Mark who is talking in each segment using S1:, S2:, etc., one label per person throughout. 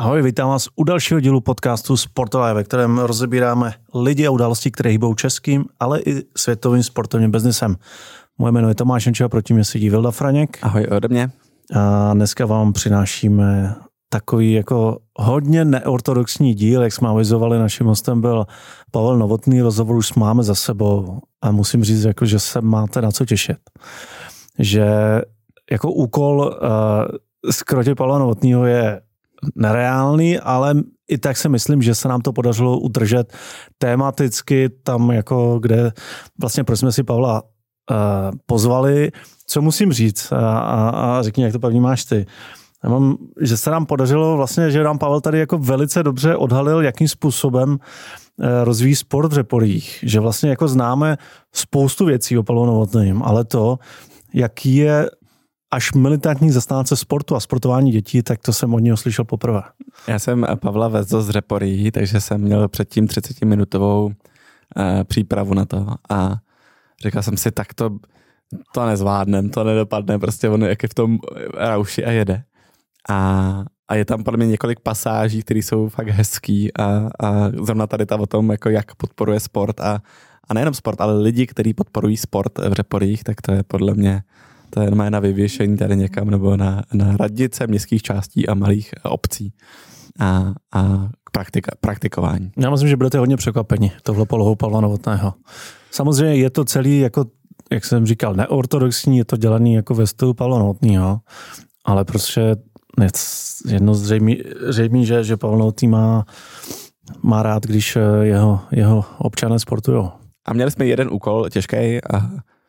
S1: Ahoj, vítám vás u dalšího dílu podcastu Sportové, ve kterém rozebíráme lidi a události, které hýbou českým, ale i světovým sportovním biznesem. Moje jméno je Tomáš Jenčeva, proti mě sedí Vilda Franěk.
S2: Ahoj ode mě.
S1: A dneska vám přinášíme takový jako hodně neortodoxní díl, jak jsme avizovali. Naším hostem byl Pavel Novotný, rozhovor už máme za sebou a musím říct, jako, že se máte na co těšit. Že jako úkol skrotit Pavla Novotnýho je nereálný, ale i tak si myslím, že se nám to podařilo udržet tematicky tam, jako kde vlastně proč jsme si Pavla pozvali. Co musím říct a řekni, jak to pak vnímáš ty. Že se nám podařilo vlastně, že nám Pavel tady jako velice dobře odhalil, jakým způsobem rozvíjí sport v Řeporích. Že vlastně jako známe spoustu věcí o Pavlu Novotným, ale to, jaký je až militantní zastánce sportu a sportování dětí, tak to jsem od něho slyšel poprvé.
S2: Já jsem Pavla vezl z Řeporí, takže jsem měl předtím 30-minutovou přípravu na to a říkal jsem si, tak to nezvládnem, to nedopadne, prostě on jak je v tom rauši a jede. A je tam podle mě několik pasáží, které jsou fakt hezký a zrovna tady ta o tom, jako jak podporuje sport a nejenom sport, ale lidi, kteří podporují sport v Řeporích, tak to je podle mě to je na vyvěšení tady někam nebo na radnice městských částí a malých obcí a praktikování.
S1: Já myslím, že budete hodně překvapeni tohle polohou Pavla Novotného. Samozřejmě je to celý, jako, jak jsem říkal, neortodoxní, je to dělaný jako ve stylu Pavla Novotného, ale prostě jedno zřejmě, že Pavel Novotný má rád, když jeho občané sportujou.
S2: A měli jsme jeden úkol těžký a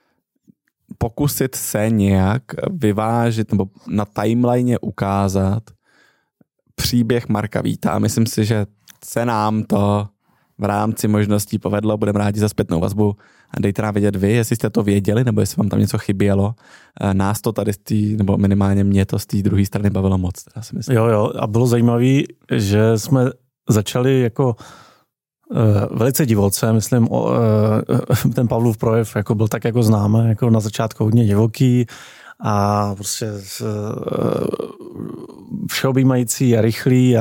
S2: pokusit se nějak vyvážit nebo na timeline ukázat příběh Marka Víta. A myslím si, že se nám to v rámci možností povedlo. Budeme rádi za zpětnou vazbu. Dejte nám vědět vy, jestli jste to věděli, nebo jestli vám tam něco chybělo. Nás to tady nebo minimálně mě to z té druhé strany bavilo moc. Si myslím.
S1: Jo, a bylo zajímavé, že jsme začali jako velice divoce, myslím, ten Pavlův projev jako byl tak jako známe, jako na začátku hodně divoký a prostě všeobjímající a rychlý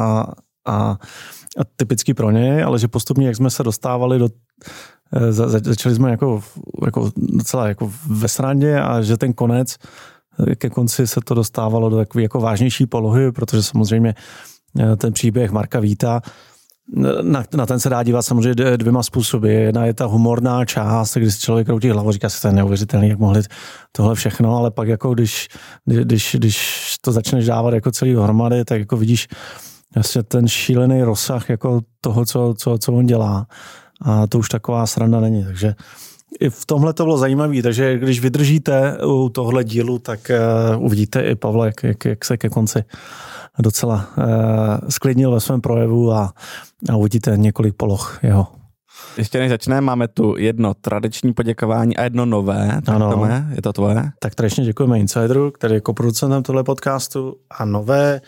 S1: a typický pro něj, ale že postupně, jak jsme se dostávali začali jsme jako docela jako ve srandě a že ten konec, ke konci se to dostávalo do takové jako vážnější polohy, protože samozřejmě ten příběh Marka Víta, na ten se dá dívat samozřejmě dvěma způsoby. Jedna je ta humorná část, kdy si člověk kroutí hlavu, říká si, to je neuvěřitelný, jak mohli tohle všechno, ale pak jako když to začneš dávat jako celý dohromady, tak jako vidíš vlastně ten šílený rozsah jako toho, co on dělá. A to už taková sranda není. Takže i v tomhle to bylo zajímavé, takže když vydržíte u tohle dílu, tak uvidíte i Pavla, jak se ke konci docela sklidnil ve svém projevu a uvidíte několik poloh jeho.
S2: Ještě než začneme, máme tu jedno tradiční poděkování a jedno nové.
S1: Ano.
S2: Je to tvoje?
S1: Tak tradičně děkujeme Insideru, který je koproducentem tohle podcastu a nové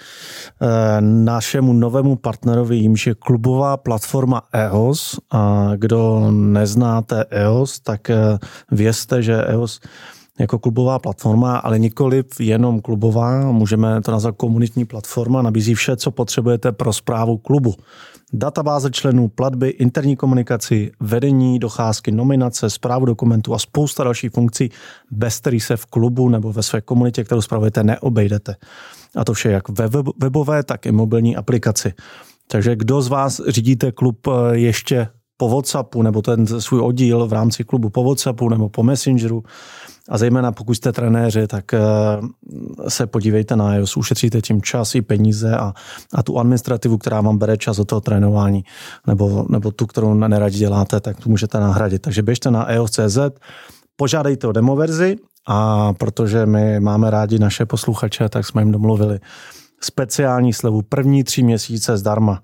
S1: našemu novému partnerovi, jímž je klubová platforma EOS. A kdo neznáte EOS, tak vězte, že EOS jako klubová platforma, ale nikoliv jenom klubová, můžeme to nazvat komunitní platforma, nabízí vše, co potřebujete pro správu klubu. Databáze členů, platby, interní komunikaci, vedení, docházky, nominace, správu dokumentů a spousta dalších funkcí, bez kterých se v klubu nebo ve své komunitě, kterou spravujete, neobejdete. A to vše jak ve webové, tak i mobilní aplikaci. Takže kdo z vás řídíte klub ještě po WhatsAppu nebo ten svůj oddíl v rámci klubu po WhatsAppu nebo po Messengeru a zejména pokud jste trenéři, tak se podívejte na EOS, ušetříte tím čas i peníze a tu administrativu, která vám bere čas od toho trénování nebo tu, kterou neradi děláte, tak tu můžete nahradit. Takže běžte na EOS.cz, požádejte o demoverzi a protože my máme rádi naše posluchače, tak jsme jim domluvili speciální slevu první 3 měsíce zdarma.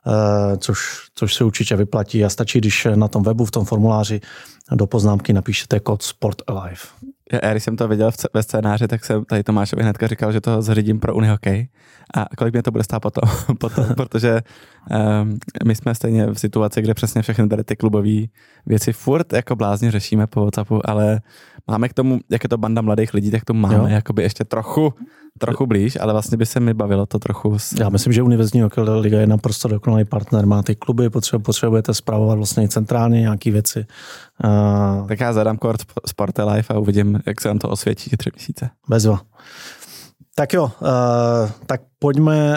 S1: Což se určitě vyplatí a stačí, když na tom webu, v tom formuláři do poznámky napíšete kód SPORTALIVE.
S2: Já když jsem to viděl ve scénáři, tak jsem tady Tomášovi hnedka říkal, že to zařídím pro Unihokej. A kolik mě to bude stát potom? Protože My jsme stejně v situaci, kde přesně všechny tady ty klubové věci furt jako blázně řešíme po WhatsAppu, ale máme k tomu, jak je to banda mladých lidí, tak to máme jakoby ještě trochu blíž, ale vlastně by se mi bavilo to trochu.
S1: Já myslím, že Univerzitní hokejová liga je naprosto dokonalý partner. Má ty kluby, potřebujete spravovat vlastně centrálně nějaké věci.
S2: Tak já zadám kort Sporty Life a uvidím, jak se nám to osvědčí 3 měsíce.
S1: Bezva. Tak jo, tak pojďme,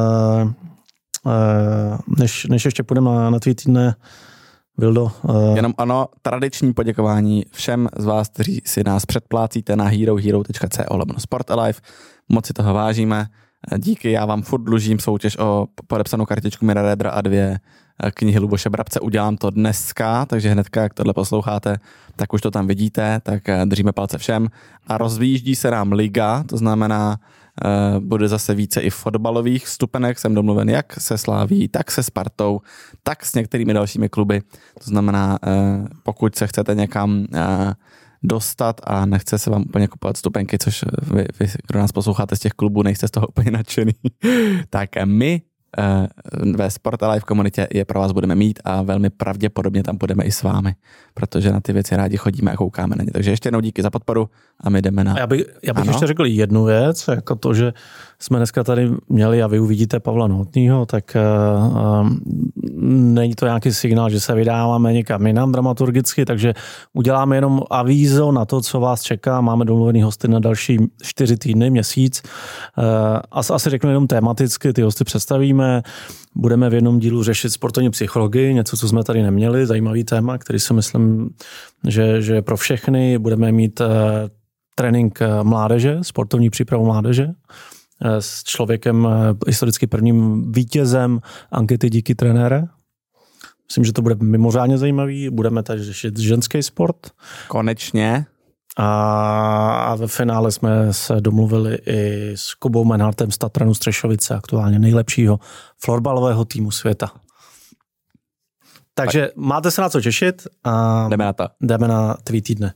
S1: než ještě půjdeme na tvý týdne, Vildo.
S2: Jenom ano, tradiční poděkování všem z vás, kteří si nás předplácíte na hero.co/sportalife. Moc si toho vážíme. Díky, já vám furt dlužím soutěž o podepsanou kartičku Mira Redra a 2 knihy Luboše Brabce. Udělám to dneska, takže hnedka, jak tohle posloucháte, tak už to tam vidíte, tak držíme palce všem. A rozvíjíždí se nám liga, to znamená, bude zase více i fotbalových vstupenek, jsem domluven jak se Sláví, tak se Spartou, tak s některými dalšími kluby. To znamená, pokud se chcete někam dostat a nechce se vám úplně kupovat vstupenky, což vy, kdo nás posloucháte z těch klubů, nejste z toho úplně nadšený, tak my ve Sport Alive komunitě je pro vás budeme mít a velmi pravděpodobně tam budeme i s vámi, protože na ty věci rádi chodíme a koukáme na ně. Takže ještě jednou díky za podporu a my jdeme na...
S1: Já bych ještě řekl jednu věc, jako to, že jsme dneska tady měli a vy uvidíte Pavla Novotnýho, tak není to nějaký signál, že se vydáváme někam jinam dramaturgicky, takže uděláme jenom avízo na to, co vás čeká. Máme domluvený hosty na další 4 týdny, měsíc. Asi řeknu jenom tematicky, ty hosty představíme. Budeme v jednom dílu řešit sportovní psychologii, něco, co jsme tady neměli, zajímavý téma, který si myslím, že je pro všechny. Budeme mít trénink mládeže, sportovní přípravu mládeže s člověkem, historicky prvním vítězem ankety Díky trenére. Myslím, že to bude mimořádně zajímavý. Budeme tady řešit ženský sport.
S2: Konečně.
S1: A ve finále jsme se domluvili i s Kubou Menhartem z Tatranu Střešovice, aktuálně nejlepšího florbalového týmu světa. Takže máte se na co těšit a
S2: jdeme na to.
S1: Jdeme na tvý týdne.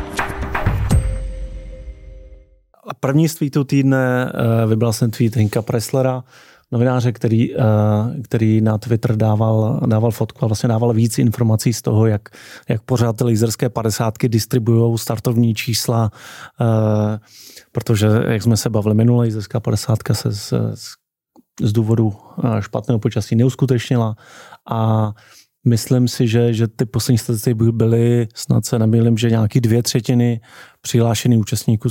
S1: A první z tweetů týdne vybral jsem tweet Hinka Presslera, novináře, který na Twitter dával fotku a vlastně dával víc informací z toho, jak pořád ty laserské 50 distribuujou startovní čísla, protože, jak jsme se bavili minule, laserská 50 se z důvodu špatného počasí neuskutečnila a myslím si, že ty poslední statistiky byly, snad se nemýlím, že nějaký 2/3 přihlášených účastníků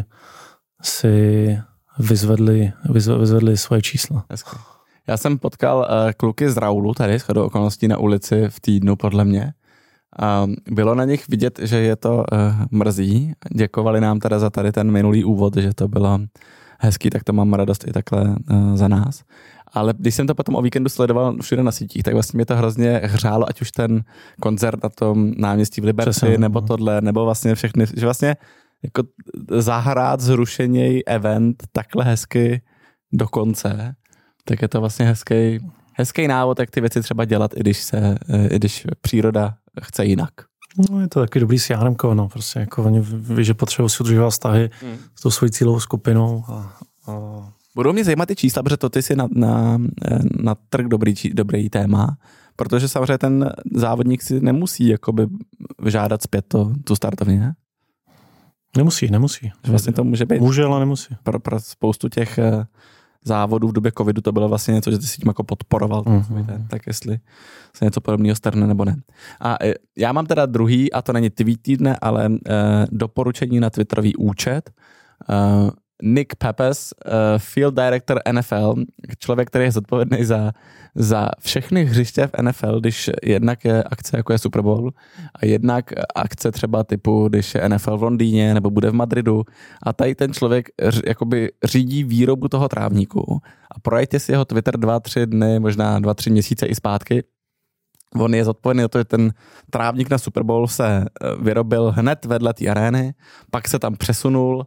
S1: si vyzvedli svoje čísla.
S2: Já jsem potkal kluky z Raulu tady shodou okolností na ulici v týdnu podle mě. Bylo na nich vidět, že je to mrzí. Děkovali nám teda za tady ten minulý úvod, že to bylo hezký, tak to mám radost i takhle za nás. Ale když jsem to potom o víkendu sledoval všude na sítích, tak vlastně mě to hrozně hřálo, ať už ten koncert na tom náměstí v Liberci, přesně, nebo tohle, nebo vlastně všechny, že vlastně jako zahrát zrušený event takhle hezky do konce, tak je to vlastně hezký návod, jak ty věci třeba dělat, i když příroda chce jinak.
S1: No, je to taky dobrý s Járemko, no, prostě jako oni ví, že potřebují si udržovat vztahy s tou svojí cílovou skupinou.
S2: Budou mě zajímat ty čísla, protože to ty si na trh dobrý téma, protože samozřejmě ten závodník si nemusí jakoby žádat zpět tu startovní, ne?
S1: Nemusí.
S2: Vlastně to může být.
S1: Může, ale nemusí.
S2: Pro spoustu těch závodů v době covidu to bylo vlastně něco, že ty si tím jako podporoval. Tak jestli se něco podobného strhne nebo ne. A já mám teda druhý, a to není tweet týdne, ale doporučení na Twitterový účet. Nick Pappas, field director NFL, člověk, který je zodpovědný za všechny hřiště v NFL, když jednak je akce, jako je Super Bowl, a jednak akce třeba typu, když je NFL v Londýně nebo bude v Madridu. A tady ten člověk jakoby řídí výrobu toho trávníku. A projďte si jeho Twitter 2-3 dny, možná 2-3 měsíce i zpátky. On je zodpovědný za to, že ten trávník na Super Bowl se vyrobil hned vedle té arény, pak se tam přesunul.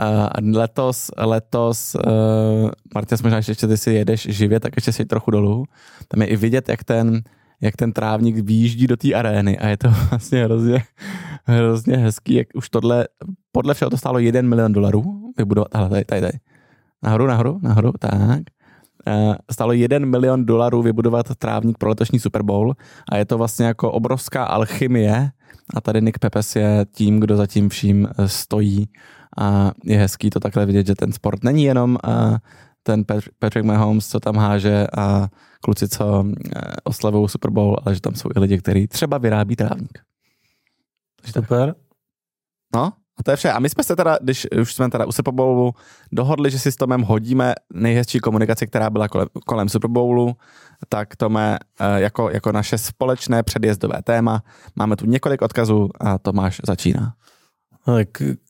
S2: Letos Martin, možná ještě ty si jedeš živě, tak ještě si trochu dolů. Tam je i vidět, jak ten trávník výjíždí do té arény a je to vlastně hrozně hezký, jak už tohle, podle všeho to stálo $1 milion vybudovat. Hele, tady. Nahoru, tak. stálo $1 milion vybudovat trávník pro letošní Super Bowl a je to vlastně jako obrovská alchymie a tady Nick Pepes je tím, kdo za tím vším stojí a je hezký to takhle vidět, že ten sport není jenom ten Patrick Mahomes, co tam háže a kluci, co oslavují Super Bowl, ale že tam jsou i lidi, kteří třeba vyrábí trávník.
S1: Super.
S2: No, a to je vše. A my jsme se teda, když už jsme teda u Super Bowlu dohodli, že si s Tomem hodíme nejhezčí komunikaci, která byla kolem Super Bowlu, tak Tome, jako naše společné předjezdové téma, máme tu několik odkazů a Tomáš začíná.
S1: Tak,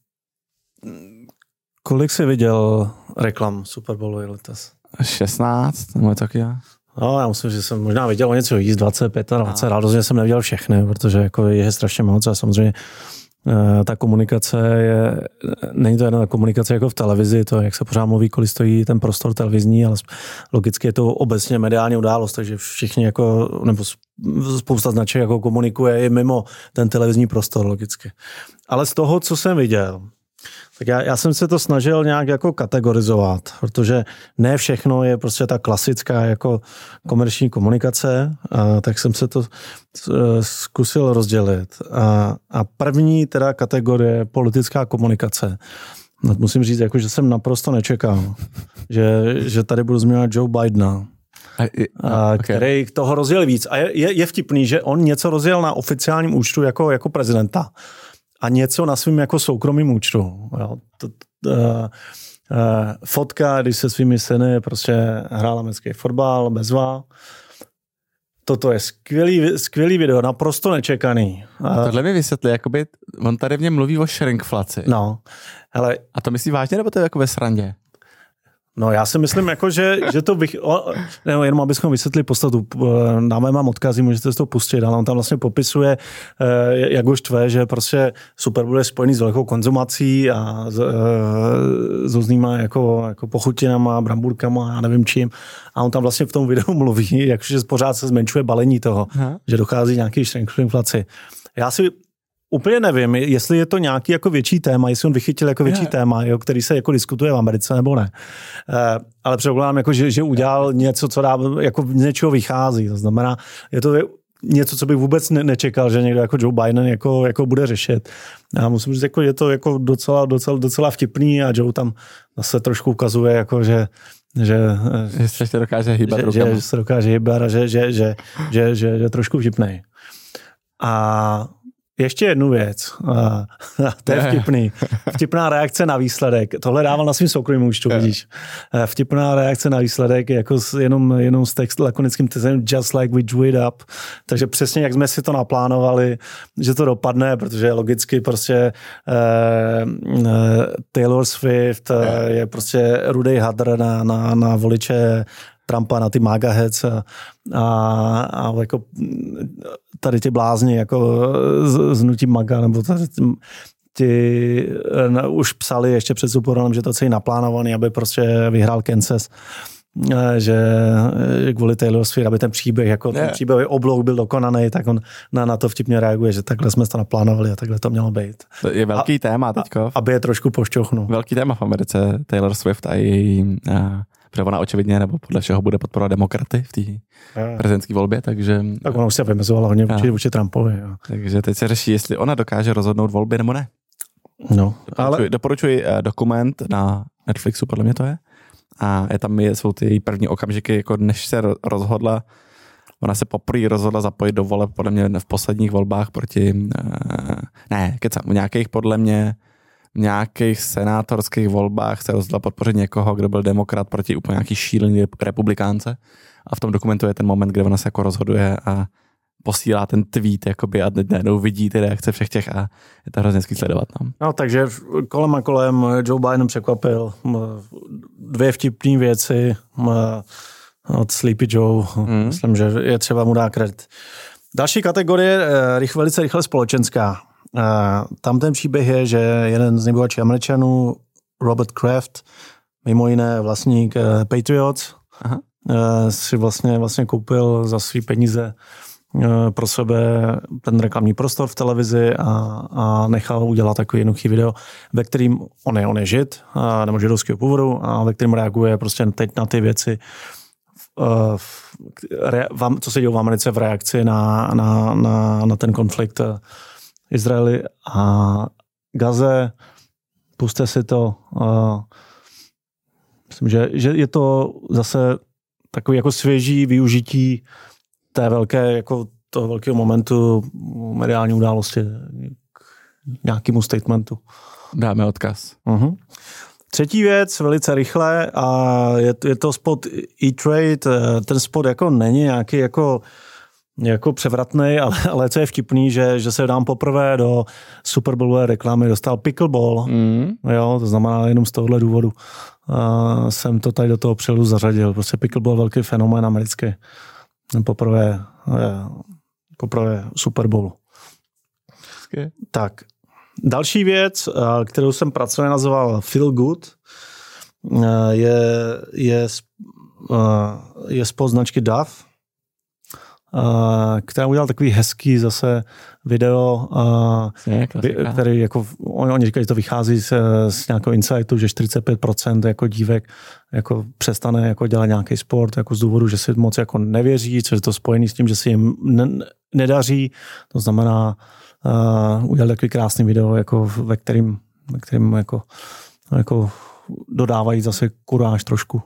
S1: kolik jsi viděl reklam Super Bowlu letos?
S2: 16, nebo taky já.
S1: No, já myslím, že jsem možná viděl o něco víc, 25, ale rozhodně jsem neviděl všechny, protože jako je strašně moc a samozřejmě ta komunikace není to jenom komunikace jako v televizi, to jak se pořád mluví, kolik stojí ten prostor televizní, ale logicky je to obecně mediální událost, takže všichni jako, nebo spousta značek jako komunikuje i mimo ten televizní prostor logicky. Ale z toho, co jsem viděl, tak já jsem se to snažil nějak jako kategorizovat, protože ne všechno je prostě ta klasická jako komerční komunikace, tak jsem se to zkusil rozdělit. A první teda kategorie politická komunikace. No, musím říct, jako, že jsem naprosto nečekal, že tady budu zmiňovat Joe Bidena, který toho rozjel víc. A je vtipný, že on něco rozjel na oficiálním účtu jako prezidenta. A něco na svým jako soukromým účtu. Jo. Fotka, když se svými syny prostě hrál americký fotbal, bezva. Toto je skvělý video, naprosto nečekaný.
S2: Tohle mi vysvětlí, jakoby on tady v něm mluví o shrinkflaci.
S1: No, hele.
S2: A to myslí vážně, nebo to je jako ve srandě?
S1: No já si myslím, jako, že to jenom abychom vysvětlili podstatu, dáme vám odkazy, můžete si to pustit, ale on tam vlastně popisuje, jak ho štve, že prostě Super Bowl je spojený s velkou konzumací a s různýma jako pochutinama, brambůrkama a nevím čím. A on tam vlastně v tom videu mluví, jakože pořád se zmenšuje balení toho, že dochází nějaký shrinkflaci. Já si úplně nevím, jestli je to nějaký jako větší téma, jestli on vychytil jako větší téma, jo, který se jako diskutuje v Americe, nebo ne. Ale předpokládám, jako, že udělal něco, co dá, jako z něčeho vychází. To znamená, je to něco, co bych vůbec nečekal, že někdo jako Joe Biden jako bude řešit. Já musím říct, jako, je to jako docela vtipný a Joe tam zase trošku ukazuje, jako, že
S2: se dokáže hýbat rukama.
S1: Že se dokáže hýbat a že trošku vtipnej. A ještě jednu věc, to je vtipný. Vtipná reakce na výsledek. Tohle dával na svým soukromým účtu, vidíš. Vtipná reakce na výsledek je jako jenom s textem, lakonickým textem just like we drew it up. Takže přesně jak jsme si to naplánovali, že to dopadne, protože logicky prostě Taylor Swift je prostě rudej hadr na voliče Trumpa, na ty MAGA heads a jako tady ty blázni jako z hnutí MAGA, nebo už psali ještě před Superbolem, že to celý naplánovaný, aby prostě vyhrál Kansas, že kvůli Taylor Swift, aby ten příběh, jako ten příběhový oblouk byl dokonaný, tak on na to vtipně reaguje, že takhle jsme to naplánovali a takhle to mělo být.
S2: To je velký téma teďko.
S1: Aby je trošku pošťouchnul.
S2: Velký téma v Americe, Taylor Swift a její protože ona očividně, nebo podle všeho bude podporovat demokraty v té prezidentské volbě, takže... Tak
S1: ona už se vymezovala hodně vůči Trumpovi. Jo.
S2: Takže teď se řeší, jestli ona dokáže rozhodnout volby nebo ne.
S1: No,
S2: Doporučuji dokument na Netflixu, podle mě to je. A jsou ty první okamžiky, jako než se rozhodla, ona se poprvé rozhodla zapojit do voleb, podle mě v posledních volbách proti, v nějakých senátorských volbách se rozhodla podpořit někoho, kdo byl demokrat proti úplně nějaký šílený republikánce. A v tom dokumentu je ten moment, kde ona se jako rozhoduje a posílá ten tweet jakoby, a najednou vidí ty reakce všech těch a je to hrozně hezký sledovat. No,
S1: takže kolem a kolem Joe Biden překvapil. Dvě vtipné věci od Sleepy Joe. Myslím, že je třeba mu dát kredit. Další kategorie, velice rychle společenská. Tam ten příběh je, že jeden z nejbohatších Američanů, Robert Kraft, mimo jiné vlastník Patriots, si vlastně koupil za svý peníze pro sebe ten reklamní prostor v televizi a nechal udělat takový jednoduchý video, ve kterým on je žid, nebo židovského původu, a ve kterém reaguje prostě teď na ty věci, co se dělo v Americe v reakci na ten konflikt Izraeli a Gaze. Puste si to. Myslím, že je to zase takový jako svěží využití té velké, jako toho velkého momentu mediální události k nějakému statementu.
S2: Dáme odkaz.
S1: Uh-huh. Třetí věc, velice rychle, a je to spot E-Trade. Ten spot jako není nějaký jako převratný, ale co je vtipný, že se dám poprvé do Super Bowlové reklamy dostal pickleball. Jo, to znamená jenom z tohohle důvodu jsem to tady do toho přelodu zařadil. Prostě pickleball velký fenomén americký. Poprvé Super Bowl.
S2: Okay.
S1: Tak, další věc, kterou jsem pracovně nazval Feel Good, je spod značky Dove, která udělal takový hezký zase video, který jako, oni říkají, že to vychází z nějakého insightu, že 45% jako dívek jako přestane jako dělat nějaký sport jako z důvodu, že si moc jako nevěří, což je to spojený s tím, že si jim nedaří. To znamená, udělali takový krásný video, jako ve kterým jako dodávají zase kuráž trošku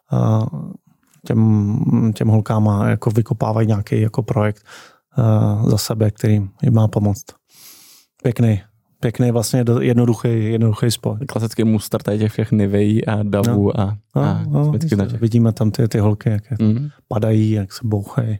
S1: těm holkám, jako vykopávají nějaký jako projekt za sebe, který jim má pomoct. Pěkný vlastně jednoduchý sport.
S2: Klasický mustr tady těch všech Nivea a Davu a
S1: vidíme tam ty holky, jak padají, jak se bouchají.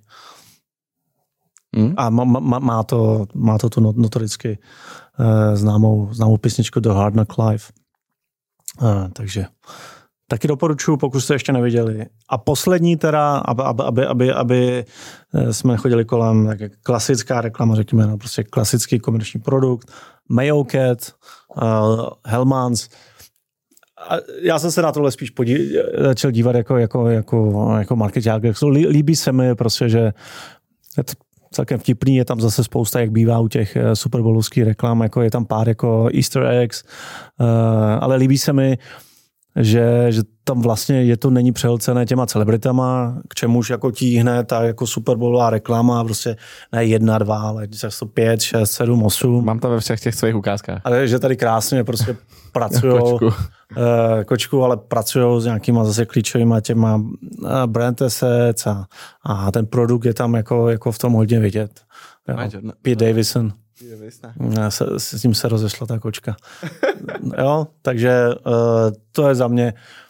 S1: A má to tu notoricky známou písničku The Hard Knock Life. Takže taky doporučuji, pokud jste ještě neviděli. A poslední teda, aby jsme nechodili kolem, tak klasická reklama, řekněme, no, prostě klasický komerční produkt, Mayo Cat, Hellmann's. A já jsem se na tohle spíš začal dívat jako markeťák. Líbí se mi prostě, že je to celkem vtipný, je tam zase spousta, jak bývá u těch Super Bowlovských reklam, jako je tam pár jako Easter eggs, ale líbí se mi, že tam vlastně není přehlcené těma celebritama, k čemuž jako tíhne ta jako Super Bowlová reklama, prostě ne 1, 2, ale 5, 6, 7, 8.
S2: Mám to ve všech těch svých ukázkách.
S1: Ale že tady krásně prostě pracujou kočku, ale pracujou s nějakýma zase klíčovýma těma brand assets a ten produkt je tam jako v tom hodně vidět. Pete Davidson. S ním se rozešla ta kočka. Jo, takže to je za mě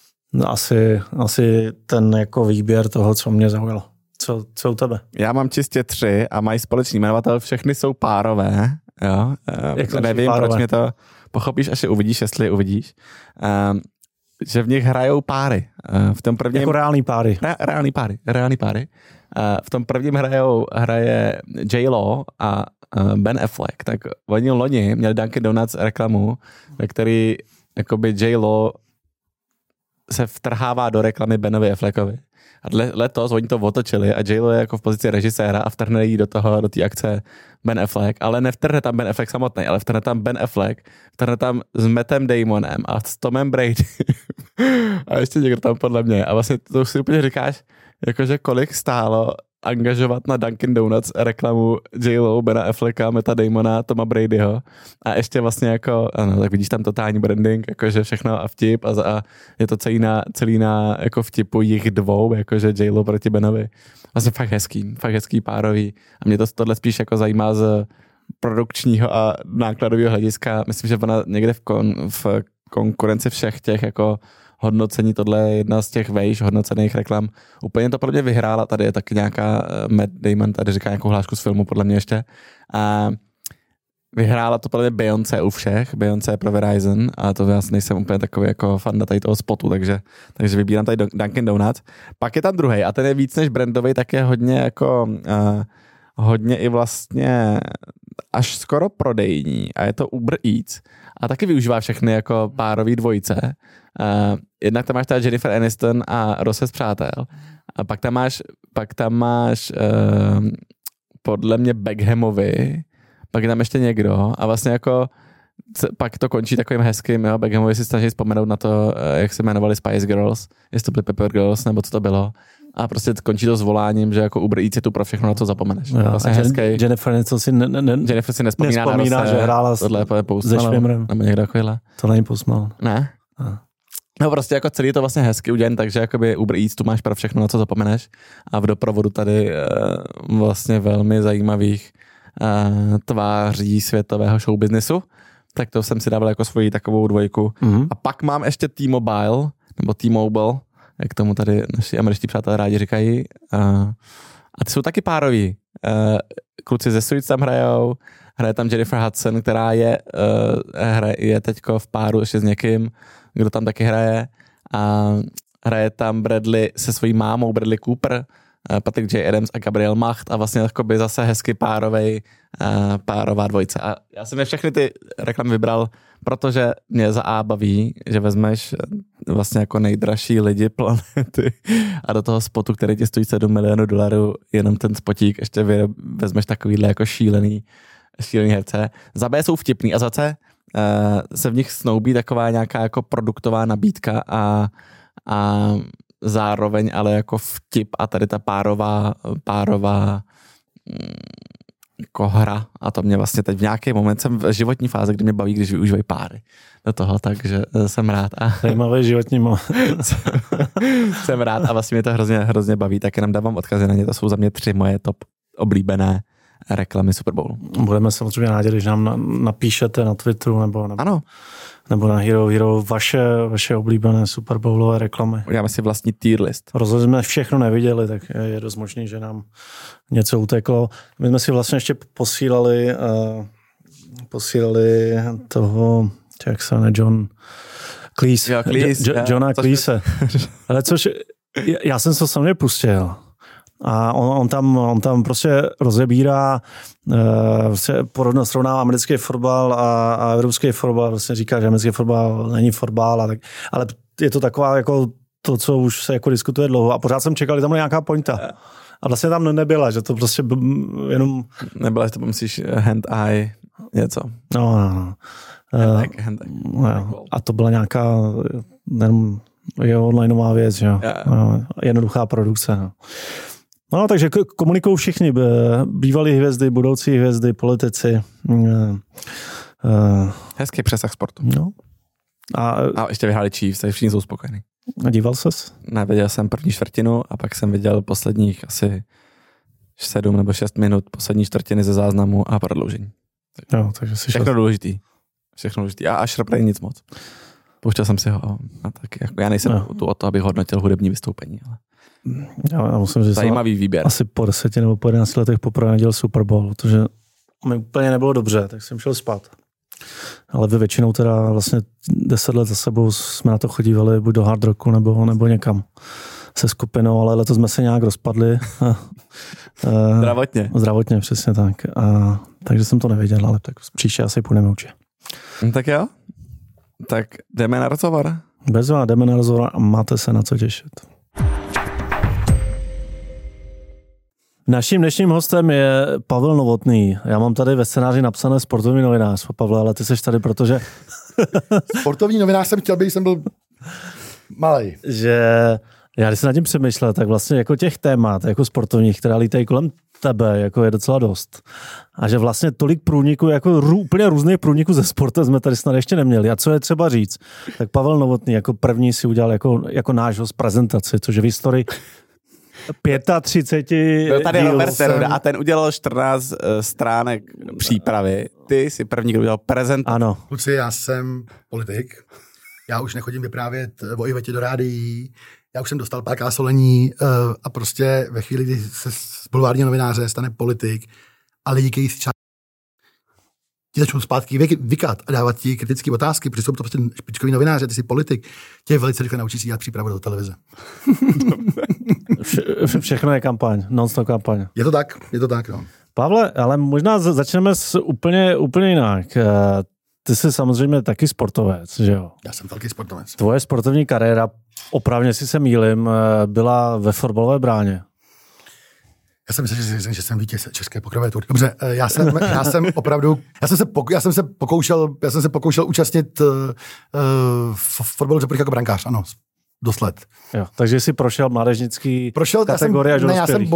S1: asi ten jako výběr toho, co mě zaujalo. Co u tebe?
S2: Já mám čistě 3 a mají společný jmenovatel. Všechny jsou párové. Jo? Nevím, párové? Proč mě to pochopíš, až je uvidíš, jestli je uvidíš. Že v nich hrajou páry. V tom prvním,
S1: jako reální páry.
S2: Reální páry. V tom prvním hraje J-Lo a Ben Affleck. Tak oni loni měli Dunkin Donuts reklamu, ve který jakoby J-Lo se vtrhává do reklamy Benovi Affleckovi. A letos oni to otočili a J-Lo je jako v pozici režiséra a vtrhne jí do té akce Ben Affleck, ale nevtrhne tam Ben Affleck samotný, ale vtrhne tam Ben Affleck, vtrhne tam s Mattem Damonem a s Tomem Brady a ještě někdo tam podle mě. A vlastně to si úplně říkáš, jakože kolik stálo angažovat na Dunkin Donuts reklamu J-Lo, Bena Afflecka, Matta Damona, Toma Bradyho a ještě vlastně jako, ano, tak vidíš tam totální branding, jakože všechno a vtip a je to celý na jako vtipu jich dvou, jakože J-Lo proti Benovi. Vlastně fakt hezký párový a mě tohle spíš jako zajímá z produkčního a nákladového hlediska. Myslím, že ona někde v konkurenci všech těch jako hodnocení, tohle je jedna z těch vejš hodnocených reklam. Úplně to pro mě vyhrála, tady je taky nějaká Matt Damon, tady říká nějakou hlášku z filmu, podle mě ještě. A vyhrála to podle mě Beyoncé u všech, Beyoncé pro Verizon a to já nejsem úplně takový jako fan tady toho spotu, takže vybírám tady Dunkin Donuts. Pak je tam druhý a ten je víc než brandový, tak je hodně jako hodně i vlastně až skoro prodejní a je to Uber Eats a taky využívá všechny jako párový dvojice. Jednak tam máš ta Jennifer Aniston a Rosse z Přátel a pak tam máš podle mě Beckhamovi, pak je tam ještě někdo a vlastně jako pak to končí takovým hezkým, jo, Beckhamovi si snaží vzpomenout na to, jak se jmenovali Spice Girls, jestli to byly Pepper Girls, nebo co to bylo. A prostě končí to s voláním, že jako Uber Eats je tu pro všechno, na co zapomeneš.
S1: Jo,
S2: vlastně hezký.
S1: Jennifer
S2: si nespomíná
S1: že hrála
S2: tohle je
S1: se Švimrem.
S2: Nebo někdo takovýhle.
S1: To není Postman.
S2: Ne? No prostě jako celý je to vlastně hezky udělaný, takže jakoby Uber Eats tu máš pro všechno, na co zapomeneš. A v doprovodu tady vlastně velmi zajímavých tváří světového showbiznesu. Tak to jsem si dával jako svoji takovou dvojku. A pak mám ještě T-Mobile, nebo T-Mobile, jak tomu tady naši američtí přátelé rádi říkají. A ty jsou taky pároví. Kluci ze Suits tam hrajou, hraje tam Jennifer Hudson, která je teďko v páru ještě s někým, kdo tam taky hraje. A hraje tam Bradley se svojí mámou, Bradley Cooper, Patrick J. Adams a Gabriel Macht a vlastně jakoby zase hezky párová dvojice. A já jsem je všechny ty reklamy vybral, protože mě za A baví, že vezmeš vlastně jako nejdražší lidi planety a do toho spotu, který ti stojí $7 milionů, jenom ten spotík, ještě vezmeš takovýhle jako šílený herce. Za B jsou vtipný a za C se v nich snoubí taková nějaká jako produktová nabídka a zároveň ale jako vtip a tady ta párová jako hra a to mě vlastně teď v nějaký moment jsem v životní fázi, kdy mě baví, když využívají páry do toho, takže jsem rád.
S1: Zajímavý životní moment.
S2: Jsem rád a vlastně mě to hrozně baví, tak jenom dávám odkazy na ně, to jsou za mě 3 moje top oblíbené reklamy Super Bowlu.
S1: Budeme samozřejmě rádi, když nám napíšete na Twitteru nebo na Hero vaše oblíbené Super Bowlové reklamy.
S2: Uděláme si vlastní tier list.
S1: Rozhodně jsme všechno neviděli, tak je dost možný, že nám něco uteklo. My jsme si vlastně ještě posílali toho, jak se jmenuje, Johna Cleese. Ale což, já jsem se samozřejmě pustil. A on tam prostě rozebírá, srovnává americký fotbal a evropský fotbal, vlastně říká, že americký fotbal není fotbal, ale je to taková jako to, co už se jako diskutuje dlouho a pořád jsem čekal, že tam je nějaká pointa. A vlastně tam nebyla, že to prostě jenom...
S2: Nebyla, že to myslíš hand-eye něco.
S1: No. A to byla nějaká jeho onlineová věc, že jo. Jednoduchá produkce, no. No, takže komunikují všichni, bývalí hvězdy, budoucí hvězdy, politici.
S2: Hezký přesah sportu.
S1: No.
S2: A ještě vyhráli Chiefs, takže všichni jsou spokojení.
S1: A díval ses?
S2: Neviděl jsem první čtvrtinu a pak jsem viděl posledních asi 7 nebo 6 minut poslední čtvrtiny ze záznamu a prodloužení.
S1: Jo, takže
S2: všechno důležitý. A až Raprej nic moc. Pouštěl jsem si ho a taky. Jako já nejsem tu o to, abych hodnotil hudební vystoupení. Ale...
S1: Já musím říct,
S2: zajímavý výběr.
S1: Asi po 10 nebo po 11 letech poprvé nedělal Super Bowl, protože mi úplně nebylo dobře, tak jsem šel spát. Ale vy většinou teda vlastně 10 let za sebou jsme na to chodívali buď do Hard Rocku nebo někam se skupinou, ale letos jsme se nějak rozpadli. Zdravotně, přesně tak. Takže jsem to nevěděl, ale tak příště asi půjdeme určitě.
S2: Tak jo. Tak jdeme na rozhovor.
S1: Bezva, jdeme na rozhovor a máte se na co těšit. Naším dnešním hostem je Pavel Novotný. Já mám tady ve scénáři napsané sportovní novinář, Pavle, ale ty seš tady, protože...
S3: Sportovní novinář jsem chtěl být, jsem byl malej.
S1: Že já když jsem nad tím přemýšlel, tak vlastně jako těch témat, jako sportovních, která lítají kolem tebe, jako je docela dost. A že vlastně tolik průniků, jako úplně různých průniků ze sportem jsme tady snad ještě neměli. A co je třeba říct? Tak Pavel Novotný jako první si udělal jako náš host prezentaci, což je v historii 35.
S2: Byl tady Robert Teruda a ten udělal 14 stránek přípravy. Ty si první, kdo udělal prezentaci.
S1: Ano.
S3: Kluci, já jsem politik. Já už nechodím vyprávět o Ivetě do rádií. Já už jsem dostal párkrát solení a prostě ve chvíli, kdy se z bulvárního novináře stane politik a lidi, kteří si ti začnou zpátky vykat a dávat ti kritické otázky, protože jsou to prostě špičkoví novináři, ty jsi politik, tě velice rychle naučí si dělat přípravu do televize.
S1: Všechno je kampaň, non-stop kampaň.
S3: Je to tak, no.
S1: Pavle, ale možná začneme úplně jinak. Ty jsi samozřejmě taky sportovec, že jo?
S3: Já jsem velký sportovec.
S1: Tvoje sportovní kariéra, opravdu si se mýlim, byla ve fotbalové bráně.
S3: Já jsem myslel, že jsem vítěz české pokrové tury. Dobře, já jsem se pokoušel účastnit v fotbalu jako brankář, ano. Dost let.
S1: Jo, takže jsi prošel mládežnický kategorie až do dospělých.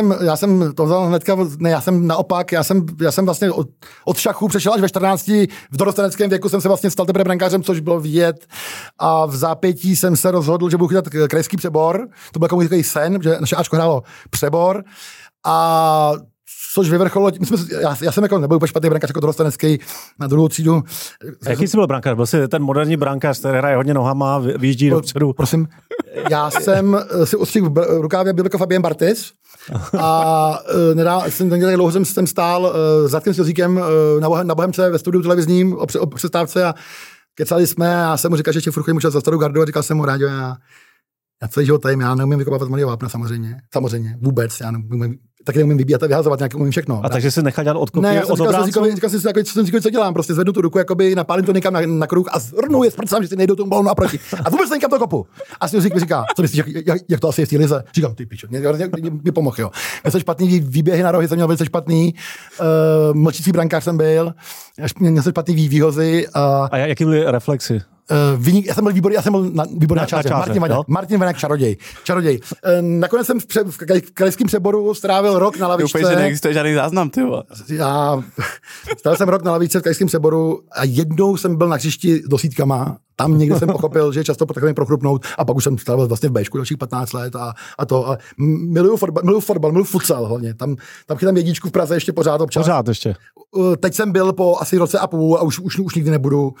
S3: Já jsem naopak, já jsem vlastně od šachu přešel až ve 14. V dorosteneckém věku jsem se vlastně stal teprve brankářem, což bylo vidět. A v zápětí jsem se rozhodl, že budu chytat krajský přebor. To byl jako takový sen, že naše Ačko hrálo přebor. A což vyvrcholilo, já jsem jako nebyl úplně špatný brankář jako dorostenecký na druhou třídu.
S1: Jaký jsi byl brankář? Byl jsi ten moderní brankář, který hraje hodně nohama, vyjíždí dopředu?
S3: Prosím, já jsem si ostřih v rukávě byl jako Fabien Barthez a dlouho jsem stál s Radkem Slezíkem na Bohemce ve studiu televizním o přestávce a kecali jsme a já jsem mu říkal, že ještě furt chodím za starou gardu a říkal jsem mu, Ráďo, já celý život tady, já neumím vykopávat z malého vápna samozřejmě, vůbec, já taky neumím vybíjat a vyhazovat, nějak umím všechno.
S1: A takže si nechal dělat odkopy od
S3: obránců? Říkal jsem si, co dělám, prostě zvednu tu ruku, jakoby napálím to někam na kruh a zhrnu je sprcám, že si nejdou tomu balonu naproti. A vůbec někam to kopu. A Slezík mi říká, co myslíš, jak to asi je v té lize? Říkám, ty pičo, mě pomohl, jo. Měl jsem špatný výběhy na rohy, jsem měl velice špatný, mlčící brankář jsem byl, měl jsem špatný výhozy.
S1: A jaký byly reflexy?
S3: Já jsem byl výborný čáře. Martin Vaňák, čaroděj. Nakonec jsem v krajském přeboru strávil rok na lavičce.
S2: Doufám, že neexistuje žádný záznam, ty vole.
S3: Strávil jsem rok na lavičce v krajském přeboru a jednou jsem byl na hřišti dosítkama. Tam někde jsem pochopil, že je často potřebuji prochrupnout a pak už jsem strávil vlastně v Bčku dalších 15 let a to. A miluju fotbal, miluju futsal hlavně. Tam chytám jedničku v Praze ještě pořád občas.
S1: Pořád ještě.
S3: Teď jsem byl po asi roce a půl a už nikdy nebudu.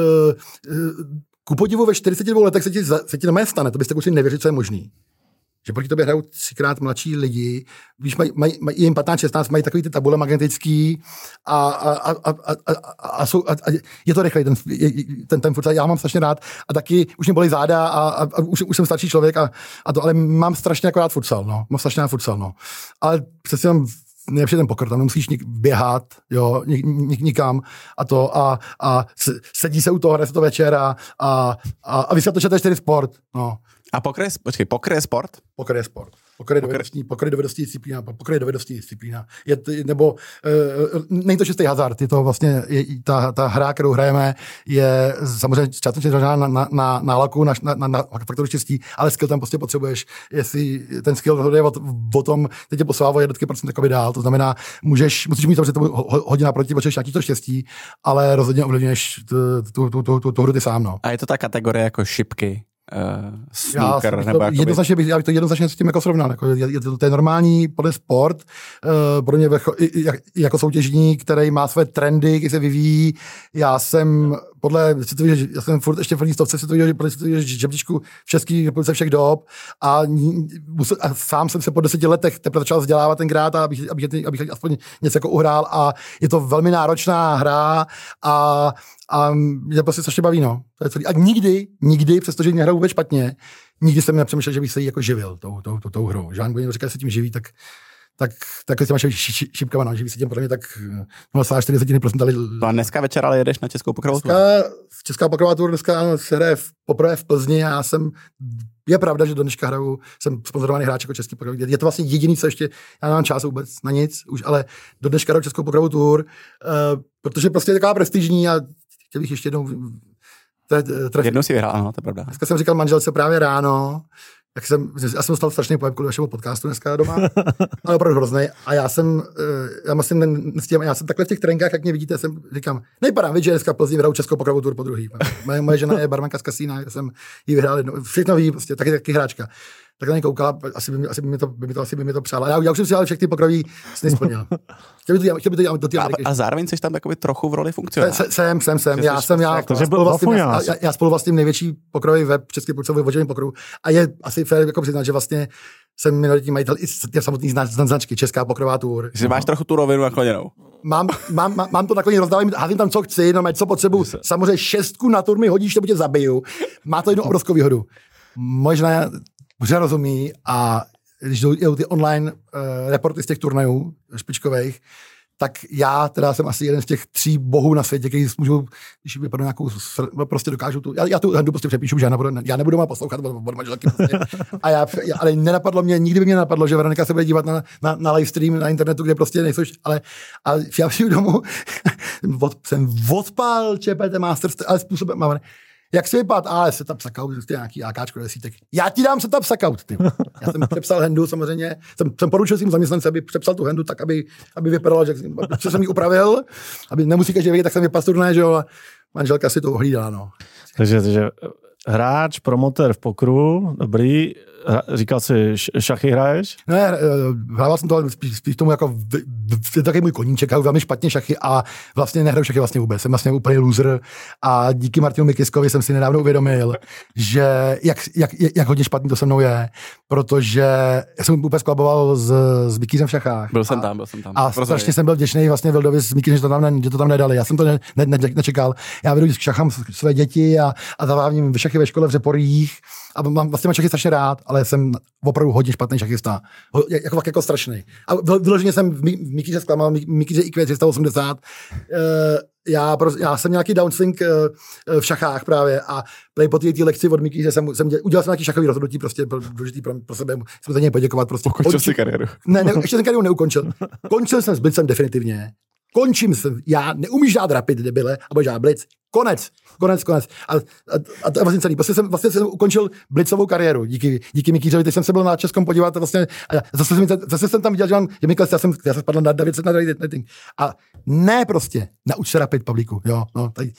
S3: Ku podivu ve 42 letech se ti na mé stane, to byste už si nevěřili, co je možný. Že proti tobě hrajou 3krát mladší lidi, víš, mají jim 15-16, mají takový ty tabule magnetický a je to rychlej, ten futsal, já mám strašně rád a taky už mě bolí záda a už jsem starší člověk a to, ale mám strašně jako rád futsal, no. Ale přece jenom nejlepší ten poker, tam nemusíš běhat, jo, nikam a sedí se u toho, hraje se to večer a vysvětlí, že to je 4 sport, no.
S2: A poker je sport?
S3: Poker je sport. Poker je dovednostní disciplína. Není to čistý hazard, je to vlastně, ta hra, kterou hrajeme, je samozřejmě částečně založená na nálaku, na faktoru štěstí, ale skill tam prostě potřebuješ, jestli ten skill je o tom, teď tě posouvá jednotky procent jakoby dál, to znamená, musíš mít to, že to hodina proti, potřebuješ nějaký to štěstí, ale rozhodně ovlivňuješ tu hru ty sám, no.
S2: A je to ta kategorie jako šipky? Snooker, nebo
S3: já bych to jednoznačně s tím jako srovnal. Jako to je normální podle sport, pro mě jako soutěžník, který má své trendy, který se vyvíjí. Já jsem furt ještě v první stovce světového žebříčku v České republice všech dob a sám jsem se po 10 letech teprve začal vzdělávat tenkrát, abych aspoň něco jako uhrál a je to velmi náročná hra a mě prostě strašně baví, no. To je celý. A nikdy, přestože nehraju vůbec špatně, nikdy jsem nepřemýšlel, že bych se jí jako živil tou hrou. Že někdo říká, že se tím živí, tak s těma šipkama, no, živí se tím podle mě tak 0,4%.
S2: A dneska večer ale jedeš na Českou pokrovou tour?
S3: Česká pokrová tour dneska se hraje poprvé v Plzni a je pravda, že do dneška hraju, jsem sponzorovaný hráč jako český pokrový. Je to vlastně jediný, co ještě, já nemám čas vůbec na nic, už, ale do dneška hraju Českou pokrovou tour, protože prostě je taková prestižní a chtěl bych ještě jednou
S2: jednou si vyhrál, no, to je pravda.
S3: Dneska jsem říkal manželce právě ráno, já jsem dostal strašný pojem kvůli vašemu podcastu dneska doma, ale opravdu hrozný. A já jsem takhle v těch tréninkách, jak mě vidíte, jsem říkám, nejpadám, víš, že dneska Plzni vyhrál Českou pokrovou tour po druhý. Moje žena je barmanka z kasína, já jsem jí vyhrál jednou, všechno ví, prostě, taky hráčka. Tak na ně koukala, asi by mi to přála. Já už jsem si ale všechny pokroví nesplnil. Chtěl by to dělat do té Ameriky.
S2: A zároveň jsi tam takový trochu v roli funkcionáře.
S3: Jsem. Já spolu vlastním největší pokrový web České pokrový pokrovu. A je asi fér jako přiznat, že vlastně jsem minoritní majitel i těch samotných značky Česká pokrová tour.
S2: Že máš trochu tu rovinu nakloněnou.
S3: Mám to nakloněnou, rozdávám, házím tam co chci, no co potřebuju. Samozřejmě 6 na tur mi hodíš, nebo tě zabiju. Má to jednu obrovskou výhodu. Možná dobře rozumí a když jdou ty online reporty z těch turnajů špičkových, tak já teda jsem asi jeden z těch 3 bohů na světě, který můžu, když vypadnu nějakou, prostě dokážu tu, já tu handu prostě přepíšu, že já nebudu má poslouchat od manželky prostě. Ale nenapadlo mě, nikdy by mě napadlo, že Veronika se bude dívat na live stream na internetu, kde prostě nejsou, ale já přijdu domů, jsem odpál ČPT Masters, ale způsobem, jak se vypadá, ale setup Suckout, nějaký AKčko desítek. Já ti dám setup Suckout, ty. Já jsem přepsal handu, samozřejmě, jsem poručil svým zaměstnance, aby přepsal tu handu tak, aby vypadalo, že jsem ji upravil, aby nemusí každý vědět, tak jsem je pasturné, že jo, manželka si to ohlídá, no.
S1: Takže hráč, promotér v pokru, dobrý. Říkal jsi, šachy hraješ?
S3: Ne, hrával jsem to spíš tomu jako taky můj koníček, hraju velmi špatně šachy a vlastně nehraju šachy vlastně vůbec. Jsem vlastně úplný loser a díky Martinu Mikiskovi jsem si nedávno uvědomil, že jak hodně špatný to se mnou je, protože já jsem úplně skolaboval s Mikýřem v šachách.
S2: Byl jsem tam.
S3: A strašně jsem byl vděčný vlastně Vildovi s Mikýřem, že to tam nedali. Já jsem to nečekal. Já vedu k šachám své děti a zavávním šachy ve škole v Řeporích a mám šachy strašně rád, ale jsem opravdu hodně špatný šachista. Jako strašný. A vyloženě jsem v Mikýře zklamal, Mikýře IQ 380. Já jsem nějaký downswing v šachách právě a po té lekci od Mikýře udělal jsem nějaký šachový rozhodnutí, prostě důležitý pro sebe, jsem za něj poděkovat. Prostě.
S2: Ukončil si kariéru.
S3: Ne, ještě jsem kariéru neukončil. Končil jsem s Blitzem definitivně. Končím se. Já neumíš žádat rapid, debile, a žádat blitz. Konec. A to je vlastně celý. Vlastně jsem ukončil blitzovou kariéru díky Mikýřovi. Teď jsem se byl na Českom podívat a vlastně a zase jsem tam viděl, že mi klesl, já jsem spadl na 900 na rating. A ne prostě, nauč se rapid, Pavlíku. Jo, no, tady,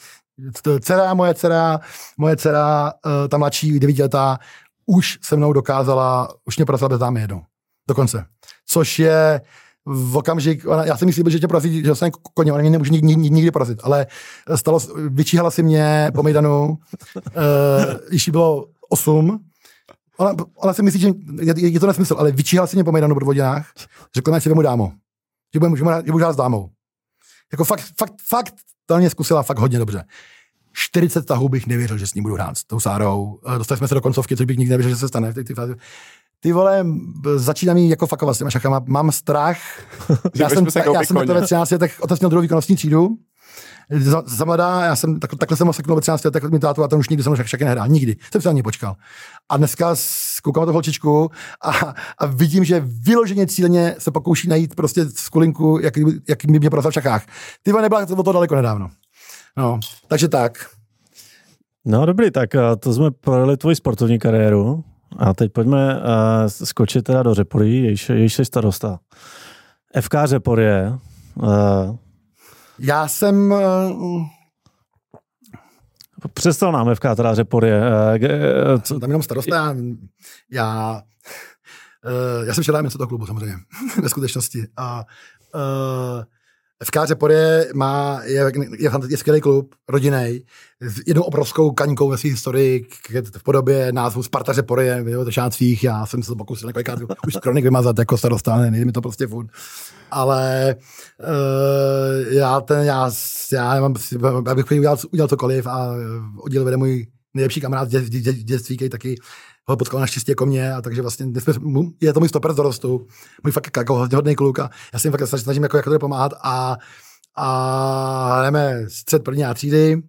S3: moje dcera, ta mladší 9letá, už se mnou dokázala, už mě porazila bez dámy jednou. Dokonce. Což je v okamžik, já si myslím, že tě porazí, že jsem koně, ona mě nemůže nikdy porazit, ale vyčíhala si mě po mejdanu, když jí bylo 8, ona si myslí, že je to nesmysl, ale vyčíhala si mě po mejdanu po 2 hodinách, řekla mi, že vemu dámo, že budu hrát s dámou. Jako fakt, ta mě zkusila fakt hodně dobře. 40 tahů bych nevěřil, že s ním budu hrát, s tou Sárou. Dostali jsme se do koncovky, což bych nikdy nevěřil, že se stane v té fázi. Ty vole, začínám jí jako fakovat s těma šachama. Mám strach. Já jsem takhle ve 13 letech, otec měl druhou výkonnostní třídu. Za mladá, já jsem takhle jsem ho seknul ve 13 letech, mi tátu a ten už nikdy jsem šachy nehrál. Nikdy. Jsem se na ní počkal. A dneska koukám na tu holčičku a vidím, že vyloženě cíleně se pokouší najít prostě skulinku, jak by mě porazil v šachách. Ty vole, nebyla to daleko nedávno. No, takže tak.
S1: No dobrý, tak to jsme projeli tvoji sportovní kariéru. A teď pojďme skočit teda do Řeporí, jejíž jsi starosta. FK Řeporie.
S3: Já jsem...
S1: Přestal nám FK teda Řeporie.
S3: Tam jenom starosta. Já jsem šel něco toho klubu samozřejmě, ve skutečnosti. A FK Řeporie je skvělý klub, rodinný, s jednou obrovskou kaňkou ve své historii v podobě názvu Sparta Řeporie, Tešácích. Já jsem se to pokusil několikrát už z kronik vymazat jako starosta, nejde mi to prostě furt. Ale já bych udělal cokoliv a oddíl vede můj nejlepší kamarád z dětství, který taky ho potkal naštěstí jako mě, a takže vlastně je to můj stoper z dorostu, můj fakt jako hodný kluk a já si jim fakt snažím jako to pomáhat a hrajeme střed první a třídy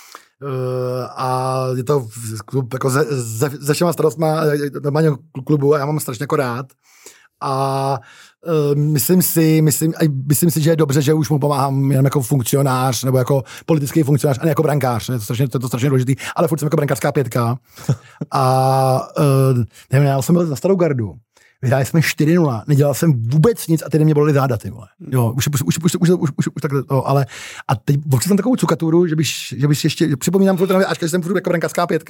S3: a je to klub jako ze všema starostma normálního klubu a já mám strašně jako rád a myslím si, že je dobře, že už mu pomáhám jenom jako funkcionář nebo jako politický funkcionář a ne jako brankář. Je to strašně důležitý, ale furt jsem jako brankářská 5. A nevím, já jsem byl za Starou gardu. Vyhráli jsme 4-0, nedělal jsem vůbec nic a teď mě bolely záda, ty vole. Jo, už takhle, ale a teď občas jsem takovou cukaturu, že bys ještě, připomínám furt Ačka, že jsem furt jako brankářská 5.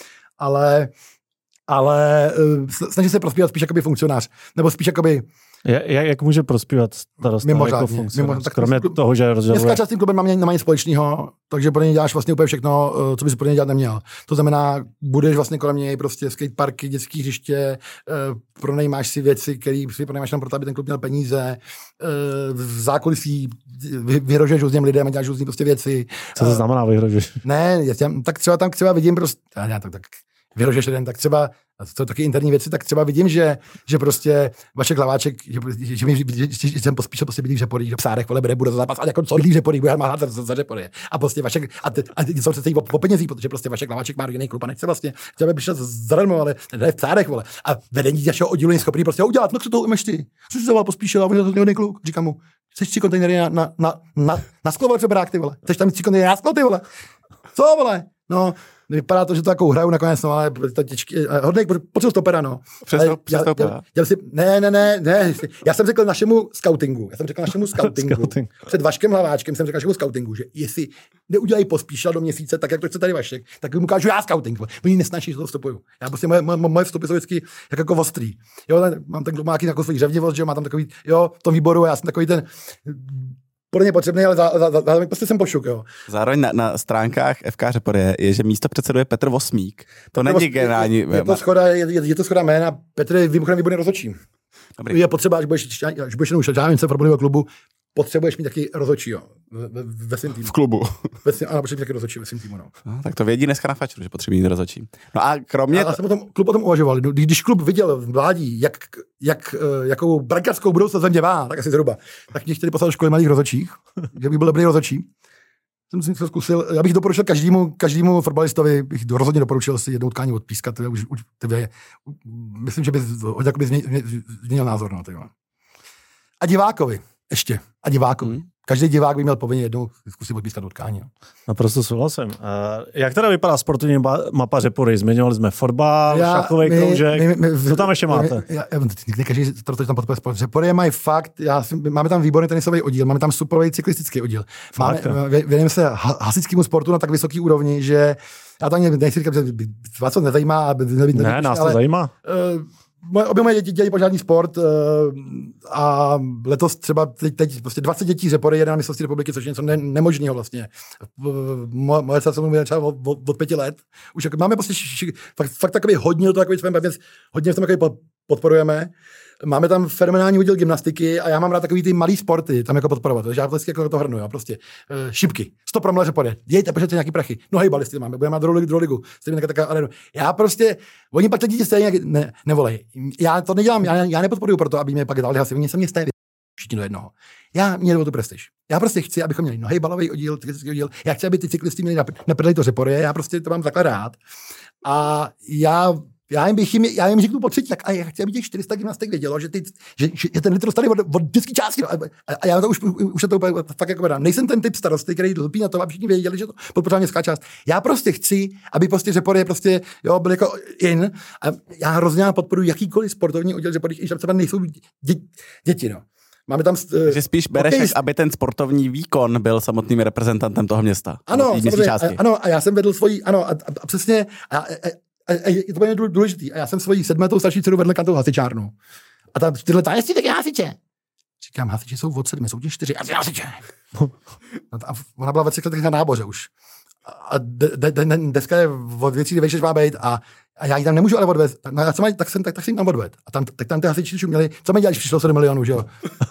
S3: Ale snaží se prospívat spíš jakoby funkcionář, nebo spíš jakoby...
S1: Jak může prospívat starosta jako funkcionář? Kromě toho, že rozděluje...
S3: Dneska čas s tím klubem nemá nic společného, takže pro něj děláš vlastně úplně všechno, co bys pro něj dělat neměl. To znamená, budeš vlastně kolem něj prostě skateparky, dětské hřiště, pronajímáš si věci, které si pronajímáš tam proto, aby ten klub měl peníze, v zákulisí vyhrožuješ různým lidem a děláš různý prostě věci.
S1: Co to znamená vyhrožuješ?
S3: Ne, tak třeba vidím prostě... Tak vyložíš jeden, tak třeba, a to jsou taky interní věci, tak třeba vidím, že prostě Vašek Hlaváček, že jsem pospíšil prostě bydlí v Řeporí, že Psárek, vole, bude za zápas, ale jako co bydlí v Řeporí, bude hrát za Řeporí. A prostě Vašek, a jsou se o penězích, protože prostě Vašek Hlaváček má jiný klub a nechce vlastně, chtěl by šel zadarmo, ale ne v Psárek, vole. A vedení našeho oddílu je schopný prostě udělat, no co toho umeš ty? Co jsi zavolal Pospíšil a on je to jiný kluk, říkám mu. Chceš 3 kontejnery na sklo, vole, přebrák, ty vole. Chceš tam 3 kontejnery na sklo, ty vole. Co, vole? No, vypadá to, že to takovou hraju nakonec, no, ale to těžký, hodnej, potřebuji stopera, no. Ne, já jsem řekl našemu scoutingu, před Vaškem Hlaváčkem jsem řekl našemu scoutingu, že jestli neudělají Pospíšila do měsíce, tak jak to chce tady Vašek, tak mu ukážu já scouting, oni nesnaží, že to vstupuju. Já prostě moje vstupy jsou vždycky jako ostrý. Jo, mám ten má jako svůj řevnivost, že má tam takový, jo, v tom výboru, já jsem takový ten podle mě potřebný, ale zároveň prostě jsem pošuk, jo.
S2: Zároveň na stránkách FK Řepory je, že místo předseduje Petr Vosmík. To není generální...
S3: Je to schoda jména. Petr je výmochem výborný rozhodčí. Je potřeba, až budeš jenom šačávince fotbalového klubu, potřebuješ mít taky rozhodčího ve svém týmu.
S2: V klubu.
S3: Ano, potřebuješ taky rozhodčí ve svém týmu.
S2: No, tak to vědí dneska na Fačru, že potřebují mít rozhodčí. No a kromě...
S3: Já jsem klub o tom uvažoval. Když klub viděl v mládí, jakou brankářskou budoucnost země má, tak asi zhruba, tak mě chtěli poslat do školy malých rozhodčích, že bych byl dobrý rozhodčí. Jsem si to zkusil. Já bych doporučil každému fotbalistovi, bych rozhodně doporučil si jednou utkání odpískat. Myslím, že by změnil názor. No, a divákovi ještě. Každý divák by měl povinně jednou zkusit odpískat utkání.
S1: Naprosto souhlasím. Jak teda vypadá sportovní mapa Řepory? Zmiňovali jsme fotbal, šachový kroužek. Co tam ještě máte?
S3: Každý to tam podporuje. Řepory mají fakt, máme tam výborný tenisový oddíl, máme tam superový cyklistický oddíl. Věnujeme se hasičskému sportu na tak vysoké úrovni, že já to ani nechci říkat, že vás to nezajímá.
S1: Ne, nás to zajímá.
S3: Obě moje děti dělají požádný sport a letos třeba teď prostě 20 dětí Řepory jede na mistrovství republiky, což je něco nemožného vlastně. Moje se mluví třeba od 5 let. Už jako máme prostě fakt takový hodně v tom takový podporujeme. Máme tam fenomenální úděl gymnastiky a já mám rád takový ty malý sporty tam jako podporovat. Takže já vlastně jako to hrnu, jo, prostě šipky, 100 promile Řepory. Dějte, protože nějaký prachy. Nohy balisty máme, budeme mít druhou ligu. Stejně taková arenu. Já prostě oni pak ty děti stejně nevolej. Já to nedělám, já nepodporuju proto, aby mě pak dali hlasy. Oni se mě stejně všichni do jednoho. Já mě jde o tu prestiž. Já prostě chci, abychom měli nohejbalový oddíl, cyklistický oddíl. Já chci, aby ty cyklisti měli na to Řepory. Já prostě to mám takhle rád. A já jim řeknu po třetí, tak a já chci, aby těch 400 gymnastek vědělo, že ten litr dostane od vždycky části. A já to už to úplně fakt jako dám. Nejsem ten typ starosty, který lpí na to, aby všichni věděli, že to podpořila městská část. Já prostě chci, aby prostě Řepory prostě, jo, byly jako in. A já hrozně podporuji jakýkoliv sportovní oddíl Řepory, i třeba nejsou děti, no. Máme tam...
S2: Že spíš bereš, aby ten sportovní výkon byl samotným reprezentantem toho města.
S3: Ano, ano, a já jsem vedl svoji, ano, a přesně, je to bylo důležitý. A já jsem svoji 7letou starší dceru vedl kantou hasičárnu. A ta 4letá, jestli taky hasiče. Říkám, hasiči jsou od 7, jsou ti 4, a ty hasiče. A ona byla ve 3 letech na náboře už. A dneska je od věcí, kde víš, má být a já ji tam nemůžu ale odvést. No, tak jsem tam odved. A tam ty hasiči měli, co mi dělali, když přišlo 7 milionů, že jo?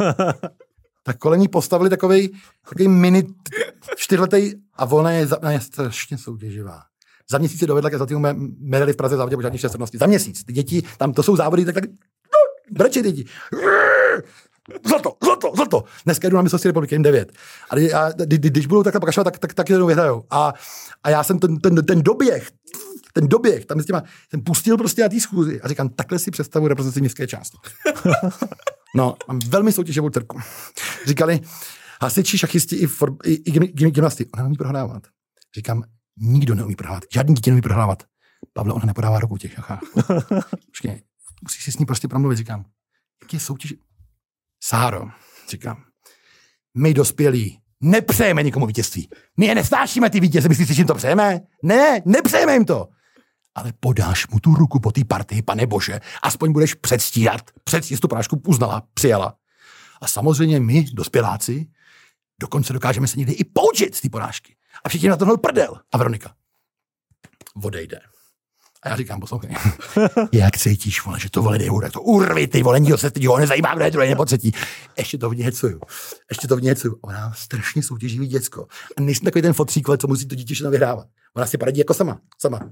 S3: Tak kolem ní postavili takový mini 4letý a ona je strašně soutěživá. Za měsíc se dovedla ke zlatýmu medaili v Praze v závodě požární štěstrnosti. Za měsíc. Ty děti, tam to jsou závody, tak brečí děti. Zlato. Dneska jdu na mistrovství republiky, jim 9. A když budou takhle pokračovat, tak jednou vyhrajou. A já jsem ten doběh, tam jsem pustil prostě na té schůzi a říkám, takhle si představu reprezentaci městské části. No, mám velmi soutěživou dcerku. Říkali, hasiči, šachisti i gymnasty. Ona neumí prohrávat. Říkám, nikdo neumí prohrávat. Žádný dítě neumí prohrávat. Pavle, ona nepodává ruku těch šachách. Počkej, musíš si s ní prostě promluvit. Říkám, jaký je soutěž? Sáro, říkám, my dospělí nepřejeme nikomu vítězství. My je nesnášíme ty vítěze, myslíš si, že jim to přejeme? Ne, nepřejeme jim to. Ale podáš mu tu ruku po té partii, pane bože, aspoň budeš předstírat tu porážku uznala, přijala. A samozřejmě my, dospěláci, dokonce dokážeme se někdy i poučit z té porážky. A všichni na to prdel. A Veronika odejde. A já říkám, poslouchej, jak cítíš, vole, že to vole jde, tak to urvi, ty vole, nikdo se ho nezajímá, kdo je druhý nebo třetí. Ještě to v ní hecuju. Ona má strašně soutěživý děcko. A nejsem takový ten fotřík, co musí to dítě všechno vyhrávat. Ona si poradí jako sama.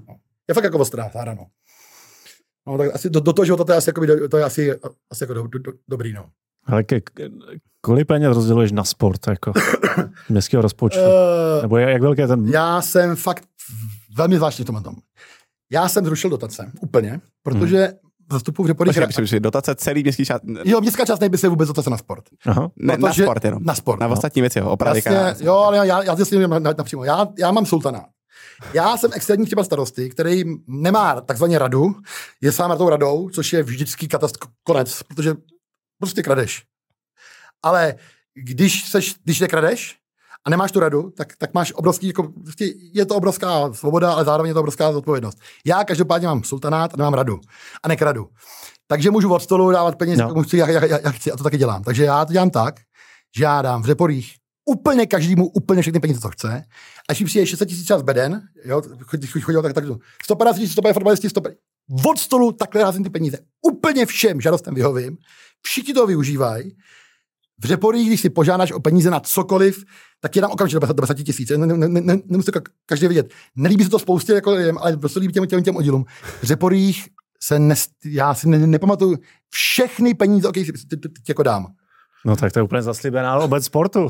S3: Je fakt jako ostrá, no. No tak asi do toho života to je asi jako dobrý, no.
S1: Ale kolik peněz rozděluješ na sport, jako městského rozpočtu? Nebo jak velký je ten?
S3: Já jsem fakt velmi zvláštní v tom. Já jsem zrušil dotace, úplně, protože zastupuji v Řeporích.
S2: Počkej, dotace celý městský část.
S3: Jo, městská část nejby se vůbec dotace na sport.
S2: Aha. Ne, na sport jenom.
S3: Na sport.
S2: Na ostatní věci, opravdu.
S3: Jo, ale já to si napřímo. Já mám sultanát. Já jsem externí třeba starosty, který nemá takzvaně radu, je sám na tou radou, což je vždycky konec, protože prostě kradeš. Ale když nekradeš a nemáš tu radu, tak máš obrovský, jako, je to obrovská svoboda, ale zároveň je to obrovská zodpovědnost. Já každopádně mám sultanát a nemám radu a nekradu. Takže můžu od stolu dávat peníze, jak chci, a to taky dělám. Takže já to dělám tak, že já dám v Řeporích úplně každému úplně všechny peníze, co chce. A když mi přijde 600 000 čas beden, jo, chodil tak 150 000, 150 fotbalisti, 150. Od stolu takhle házím ty peníze. Úplně všem žádostem vyhovím. Všichni to využívají. V Řeporích, když si požádáš o peníze na cokoliv, tak je tam okamžitě 20 000. Nemusíte každý vidět. Nelíbí se to spoustě, jako, ale prostě líbí těm oddílům. V Řeporích já si nepamatuju všechny peníze, okay, jako dám.
S1: No tak to je úplně zaslíbená obec sportu.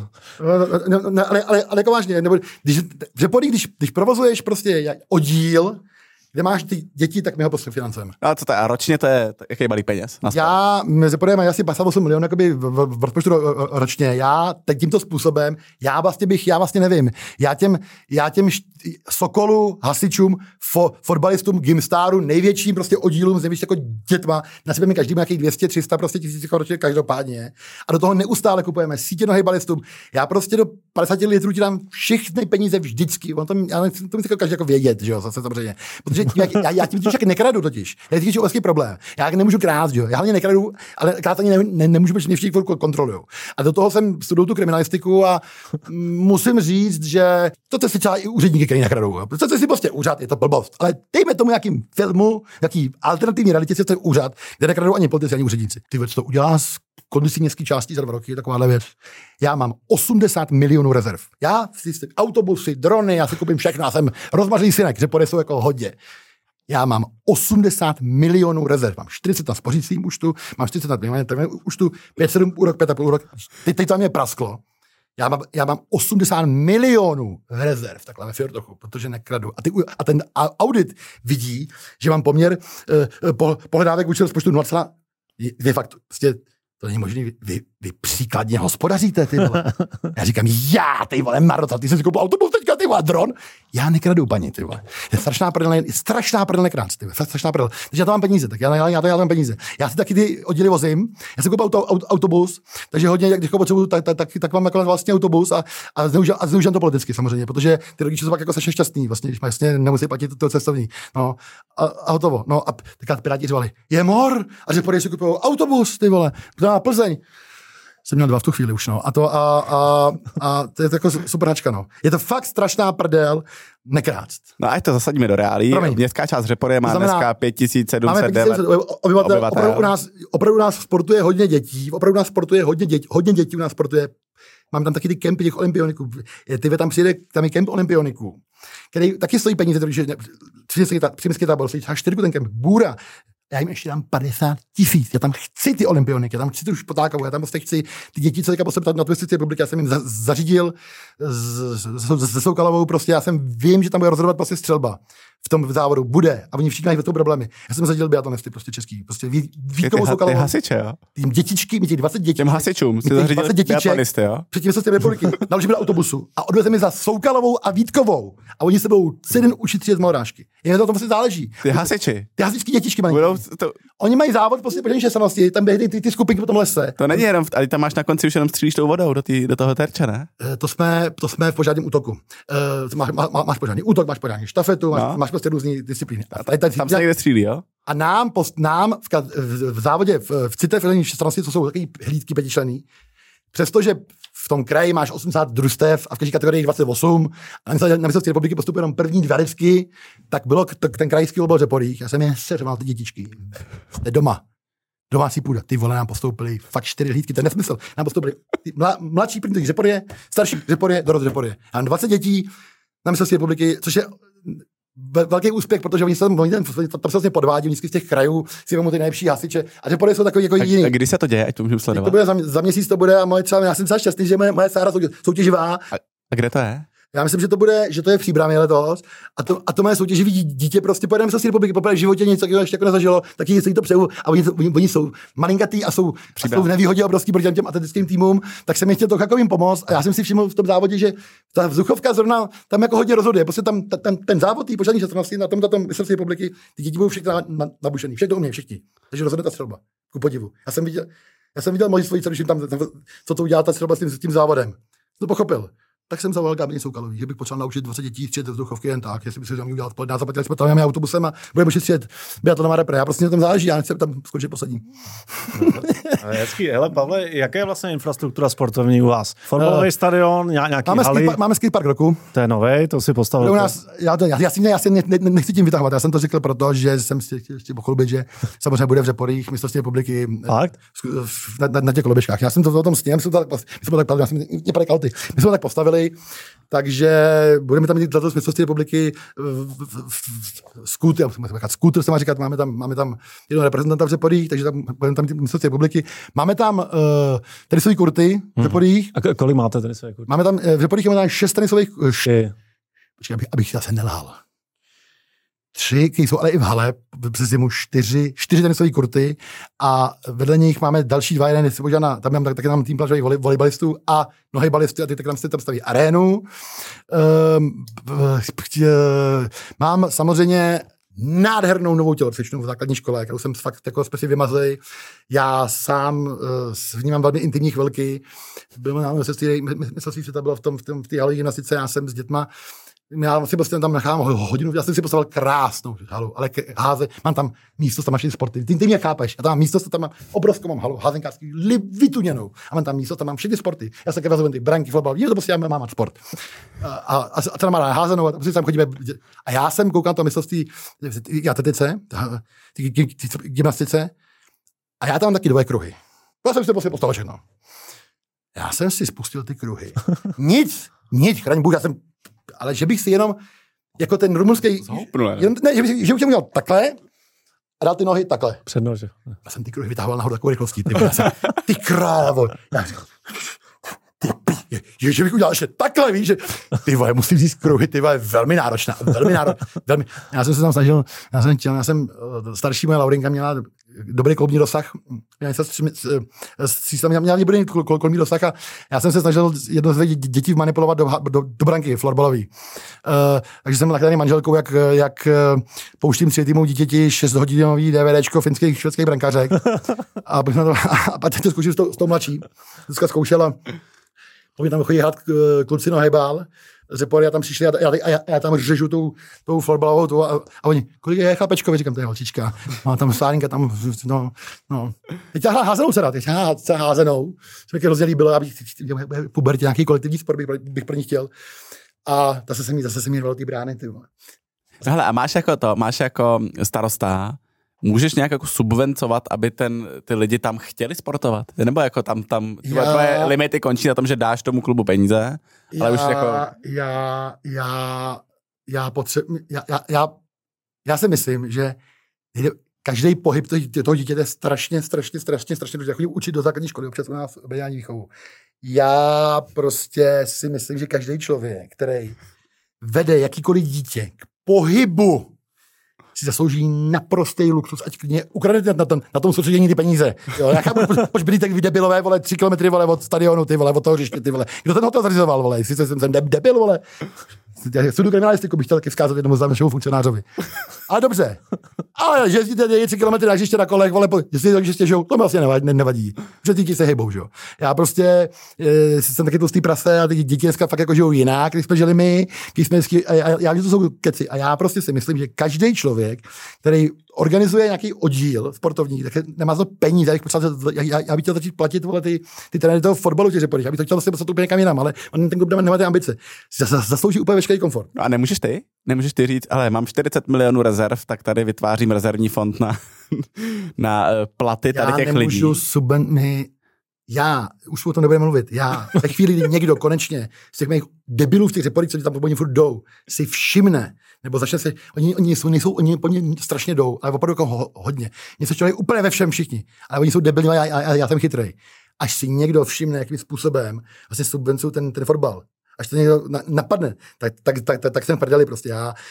S3: Ale jako vážně, nebo v Řeporích, když provozuješ prostě oddíl, kde máš ty děti, tak my ho prostě financujeme.
S2: A ročně to je jaký balík peněz?
S3: My Řeporích mají asi 58 milionů jakoby v rozpočtu ročně. Já teď tímto způsobem, já vlastně nevím. Já těm Sokolu, hasičům, fotbalistům, Gymstaru, největším prostě oddílům, zemíš jako dětma, na sebe mi každý má nějakých 200, 300 prostě tisíc ročně každopádně. A do toho neustále kupujeme sítě nohejbalistům. Já prostě do 50 litrů ti dám všechny peníze vždycky. To musí každý jako vědět, že jo, zase samozřejmě. Protože já tím však nekradu totiž. Já tím obrovský problém. Já nemůžu krát, jo. Já hlavně nekradu, ale krát ani nemůžu, protože mě všichni kontrolujou. A do toho jsem studoval tu kriminalistiku a musím říct, že to si třeba i úředníky, kteří nekradou. To si prostě úřad, je to blbost. Ale dejme tomu nějakým filmu, jaký alternativní realitě je to úřad, kde nekradou ani politici, ani úředníci. Ty co to udělá z kondicí městské části za 2 roky, takováhle věc. Já mám 80 milionů rezerv. Já si autobusy, drony, já si koupím všechno, já jsem rozmařený synek, že jsou jako hodně. Já mám 80 milionů rezerv. Mám 40 na spořícím účtu, mám 40 na účtu, 5,7 úrok, 5,5 úrok. Teď tam je prasklo. Já mám 80 milionů rezerv, takhle ve Fjordochu, protože nekradu. A ten audit vidí, že mám poměr pohledávek vůči rozpočtu 0, je fakt, prostě, to není možný, vy příkladně hospodaříte, ty vole. Já říkám, ty vole, marota, ty jsi si koupil autobus teďka, ty vole, dron. Já nekradu, paní, ty vole. Je strašná prdel nekrát, ty vole, strašná prdel. Takže já to mám peníze, tak já to mám peníze. Já si taky ty oddíly vozím, já si koupil autobus, takže hodně, když ho potřebuju, tak mám jako vlastně autobus a zneužívám to politicky samozřejmě, protože ty rodiče jsou pak jako strašně šťastný, vlastně, když vlastně nemusí platit to cestovní. No, a hotovo. No a tak Piráti řvali, je mor, a že podej si kupují autobus, ty vole, na Plzeň. Jsem měl 2 v tu chvíli už, no. A to je jako super hačka, no. Je to fakt strašná prdel nekrást.
S2: No ať to zasadíme do reálí. Městská část Řeporyje má dneska 5709 obyvatel.
S3: Opravdu u nás sportuje hodně dětí. Hodně dětí u nás sportuje. Mám tam taky ty kempy těch olympioniků. Tam přijede, tam je kemp olympioniků, který taky stojí peníze, protože příměstský tábor stojí 4 ten kemp. Bůra. Já jim ještě dám 50 000. Já tam chci ty olympioniky, já tam chci tu špotákovou, já tam prostě chci ty děti, co teďka posledně na Turistické republiky, já jsem jim zařídil se Soukalovou, prostě já jsem vím, že tam bude rozhodovat prostě střelba v tom závodu, bude a oni všichni mají v tom problémy. Já jsem zařídil biatlonisty prostě český, prostě Vítkovou Soukalovou.
S2: Ty hasiče, jo?
S3: Tím dětičky, mi těch 20 dětí.
S2: Těm hasičům, si zařídil biatlonisty, jo?
S3: Předtím se z té republiky naložili do autobusu a odvezli mi za Soukalovou a Vítkovou a oni se budou celý den učit tříjet z malorážky. Jen to prostě záleží.
S2: Ty hasiči.
S3: Ty hasičky dětičky mají. Oni mají závod prostě podle šesanosti, tam běhají ty skupinky po tom lese.
S2: To není jenom, ale tam máš na konci už jenom střílíš tou vodou do toho terče, ne?
S3: To jsme v požárním útoku. Máš požární útok, máš požární štafetu, máš prostě různý disciplíny.
S2: Tam se někde střílí, jo?
S3: A nám v závodě v cité v šesanosti, to jsou takový hlídky 5členný, přestože v tom kraji máš 80 družstev a v každé kategorii 28 a na mistrovství republiky postupuje jenom první 2 desky, tak bylo ten krajský byl Řeporích. Já jsem je seřval ty dětičky. Jste doma. Domácí půda. Ty vole nám postoupili fakt 4 hlídky, to je nesmysl. Nám postoupili mladší první Řeporije, starší Řeporije, dorost Řeporije. Já mám 20 dětí na mistrovství republiky, což je velký úspěch, protože oni tam se vlastně podvádí, vždycky z těch krajů si vemu ty nejlepší hasiče a Řepory jsou takový jako jediný.
S2: A kdy se to děje, ať to můžu sledovat?
S3: To bude za měsíc to bude a já jsem třeba šťastný, že moje Sára soutěživá.
S2: A kde to je?
S3: Já myslím, že to je v Příbrami letos a to moje soutěživý dítě prostě pojedeme se z republiky, poprvé v životě něco takového ještě jako nezažilo, taky si to přeju a oni jsou malinkatý a jsou v nevýhodě obrovský proti těm atletickým týmům, tak jsem je chtěl to takovým pomoct a já jsem si všiml v tom závodě, že ta vzduchovka zrovna tam jako hodně rozhoduje, prostě tam ten závod té požární šťastnosti na tom mistrovství republiky, ty děti budou všechny nabušený, všechno umějí všichni, takže rozhodne ta střelba, ku podivu. Já jsem viděl moji svoji dceru, že tam co to udělá ta střelba s tím závodem. To pochopil. Tak jsem zavolal Gáběně Soukalový, že bych potřeboval naučit 20 dětí střílet vzduchovky jen tak, jestli by se to měl udělat odpoledne. Zaplatili jsme tam autobusem a budeme už střílet biatlonová repre. Já prostě na tom záleží, já nechci tam skočit posadím.
S1: Hezký. Hele, Pavle, jaká je vlastně infrastruktura sportovní u vás? Fotbalový stadion, nějaký haly?
S3: Máme skatepark roku.
S1: To je novej, to si postavil.
S3: Já si nechci tím vytahovat, já jsem to řekl proto, že jsem si chtěl pochlubit, že samozřejmě bude v Řeporích mistrovství republiky na těch koloběžkách. Já jsem to o tom sněm, my jsme tak postavili. Takže budeme tam mít letos mistrovství republiky skútr se má říkat, máme tam jednoho reprezentanta v Řeporích, takže tam budeme tam mít mistrovství republiky. Máme tam tenisové kurty v Řeporích.
S1: A kolik máte tenisové kurty?
S3: Máme tam v Řeporích máme tam 6 tenisových Počkej, abych zase nelhal. 3, které jsou ale i v hale, přes zimu 4 tenisové kurty a vedle nich máme další 2, jeden tam taky nám tým plážových volejbalistů a nohejbalistů a ty tak nám si tam staví arénu. Mám samozřejmě nádhernou novou tělocvičnu v základní škole, kterou jsem fakt jako si vymazlej. Já sám vnímám velmi intimní chvilky. Bylo na mistrovství světa bylo v té halové gymnastice, já jsem s dětma. Já si prostě tam nechám hodinu, já jsem si postavil krásnou halu, ale mám tam místo, tam máš sporty. Ty mě chápeš, já tam mám místo, tam mám obrovskou mám halu, házenkářský, vytuněnou. A mám tam místo, tam mám všechny sporty. Já se kevazujem ty branky, fotbal, to prostě já mám sport. A tam má házenou, a prostě tam chodíme. A já jsem koukal to mistrovství atletice, gymnastice, a já tam mám taky 2 kruhy. Já jsem si prostě postavil všechno. Já jsem si spustil ty kruhy. Nic, chraň Bůh, ale že bych si jenom, jako ten rumunský, že bych udělal takhle a dal ty nohy takhle.
S1: Přednože.
S3: Já jsem ty kruhy vytahoval nahoru takovou rychlostí. Ty krávo. Že bych udělal ještě takhle, víš, že ty vole, musím říct kruhy, ty vole, velmi náročná. Já jsem se tam snažil, já jsem starší moje Laurinka měla dobrý kloubní dosah, měla dobrý kloubní dosah a já jsem se snažil jedno z dětí manipulovat do branky florbalový. Takže jsem nakládaný manželkou, jak pouštím 3letýmu dítěti 6hodinový DVDčko finských švédských brankářek a pak to zkouším s tou mladší. Dneska zkoušela, oni tam chodí hrát kluci nohejbal, Řepory, já tam přišli a já tam řežu tou florbalovou a oni, kolik je chlapečkovi, říkám, to je holčička, má tam Sárinka, tam, no. Teď já házenou se rád, házenou, co mi hrozně líbilo, já bych v pubertě nějaký kolektivní sport bych pro ní chtěl a zase se mi velký brány, ty vole.
S2: Hele, a máš jako starosta, můžeš nějak jako subvencovat, aby ty lidi tam chtěli sportovat? Nebo jako tam tvoje limity končí na tom, že dáš tomu klubu peníze, ale už jako...
S3: Já si myslím, že každý pohyb toho dítěte je strašně důležité. Chodím učit do základní školy, občas u nás obědání výchovu. Já prostě si myslím, že každý člověk, který vede jakýkoliv dítě k pohybu, si zaslouží naprostý luxus, ať klidně ukradete na tom soustředění ty peníze. Jo, já chápu, proč byli tak debilové, vole, 3 kilometry, vole, od stadionu, ty vole, od toho hřiště, ty vole. Kdo ten hotel zřizoval, vole? Sice jsem debil, vole. Já studuju kriminalistiku, bych chtěl taky vzkázat jednomu našemu funkcionářovi. Ale dobře. Ale že jezdíte 3 kilometry na hřiště na kolech, vole, jestli to stěžou, to mi vlastně nevadí. Protože ty děti se hejbou, že jo. Já prostě jsem taky tlustý prase a ty děti dneska fakt jako žijou jinak, když jsme žili my, já vím, to jsou keci. A já prostě si myslím, že každý člověk, který organizuje nějaký oddíl sportovní, tak nemá to peníze, já bych chtěl začít platit, vole, ty trenéry toho fotbalu, já bych to chtěl se poslat úplně někam jinam, ale ten klub nemá ty ambice. Zaslouží úplně veškerý komfort.
S2: A nemůžeš ty říct, ale mám 40 milionů rezerv, tak tady vytvářím rezervní fond na platy tady těch lidí.
S3: já, už o tom nebudeme mluvit, já ve chvíli, kdy někdo konečně z těch mých debilů v těch reporích, co tam po furt jdou, si všimne, nebo začne se, oni po ní strašně jdou, ale opravdu jako hodně. Něco čili úplně ve všem všichni, ale oni jsou debilní a já jsem chytrej. Až si někdo všimne, jakým způsobem vlastně subvencují ten fotbal, až to někdo napadne, tak jsem prdeli prostě.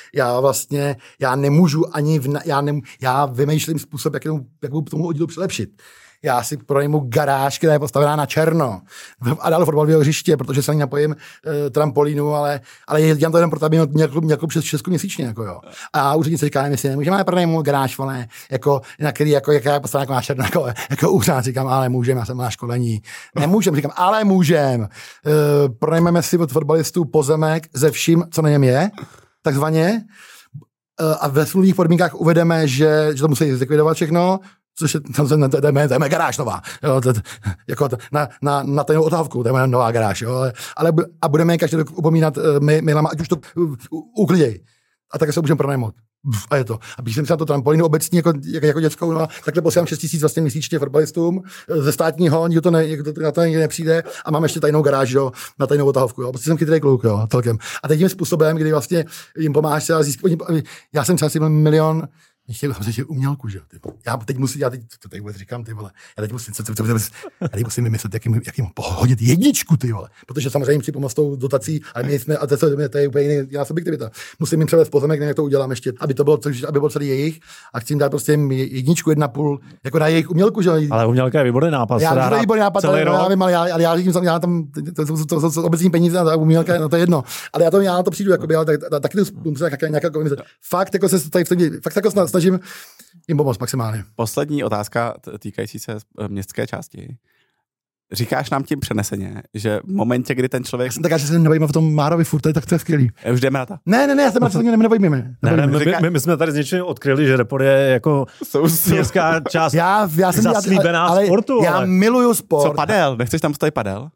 S3: Já nemůžu ani, já vymýšlím způsob, jak tomu oddílu přilepšit. Já si pronajmu garáž, která je postavená na černo a dál fotbalového hřiště, protože se napojím trampolínu, ale dělám to jenom proto, aby měl klub 6 měsíčně. Jako jo. A úřednice říká, my si nemůžeme pronajmu garáž, vole, jako, na který jaká je postavená jako na černo, jako úřad. Říkám, ale můžeme, já jsem na školení. Nemůžeme, říkám, ale můžeme. Pronajmeme si od fotbalistů pozemek ze vším, co na něm je, takzvaně. A ve smluvních podmínkách uvedeme, že to musí zlikvidovat všechno, což je garáž nová, jo, jako na tajnou otávku, to je nová garáž, jo, ale a budeme je každý rok upomínat mailama, ať už to ukliděj. A tak se můžeme pronajmout. A je to. A když jsem si na to trampolínu obecně jako dětskou, no, takhle posílám 6 000 vlastně měsíčně fotbalistům ze státního, nikdo na to nepřijde a mám ještě tajnou garáž, jo, na tajnou otahovku, jo. Prostě jsem chytrý kluk, jo, celkem. A teď tím způsobem, kdy vlastně jim pomáháš se a já jsem třeba si byl milion. Chtěl umělku, že jo. Já teď musím, to teď vůbec říkám, ty vole. Já teď musím vymyslet, jak jim pohodit jedničku, ty vole. Protože samozřejmě při pomocou dotací, ale my jsme, a to je úplně jiná subjektivita. Musím jim převést pozemek, nevím, jak to udělám ještě, aby byl celý jejich a chci jim dát prostě jedničku, 1,5, jako na jejich umělku, že jo.
S1: Ale umělka je výborný nápad.
S3: Já to výborný nápad, ale já vím, ale já říkám, já tam, to jsou obecní peníze na umělka, no to je jedno. Ale já na to přijdu, jakoby, ale taky to musím nějaká komise. Fakt, jako se tady fakt jako snažím jim pomoct maximálně.
S2: Poslední otázka týkající se městské části. Říkáš nám tím přeneseně, že v momentě, kdy ten člověk...
S3: Já jsem taká, že se nebavíme v tom Márovi furt, tak to je skvělý.
S2: Už jdeme na to.
S3: Ne, já jsem na to nebavíme.
S1: My jsme tady z něčeho odkryli, že Report je jako městská část zaslíbená sportu.
S3: Já miluju sport.
S2: Co padel? Nechceš tam postavit padel?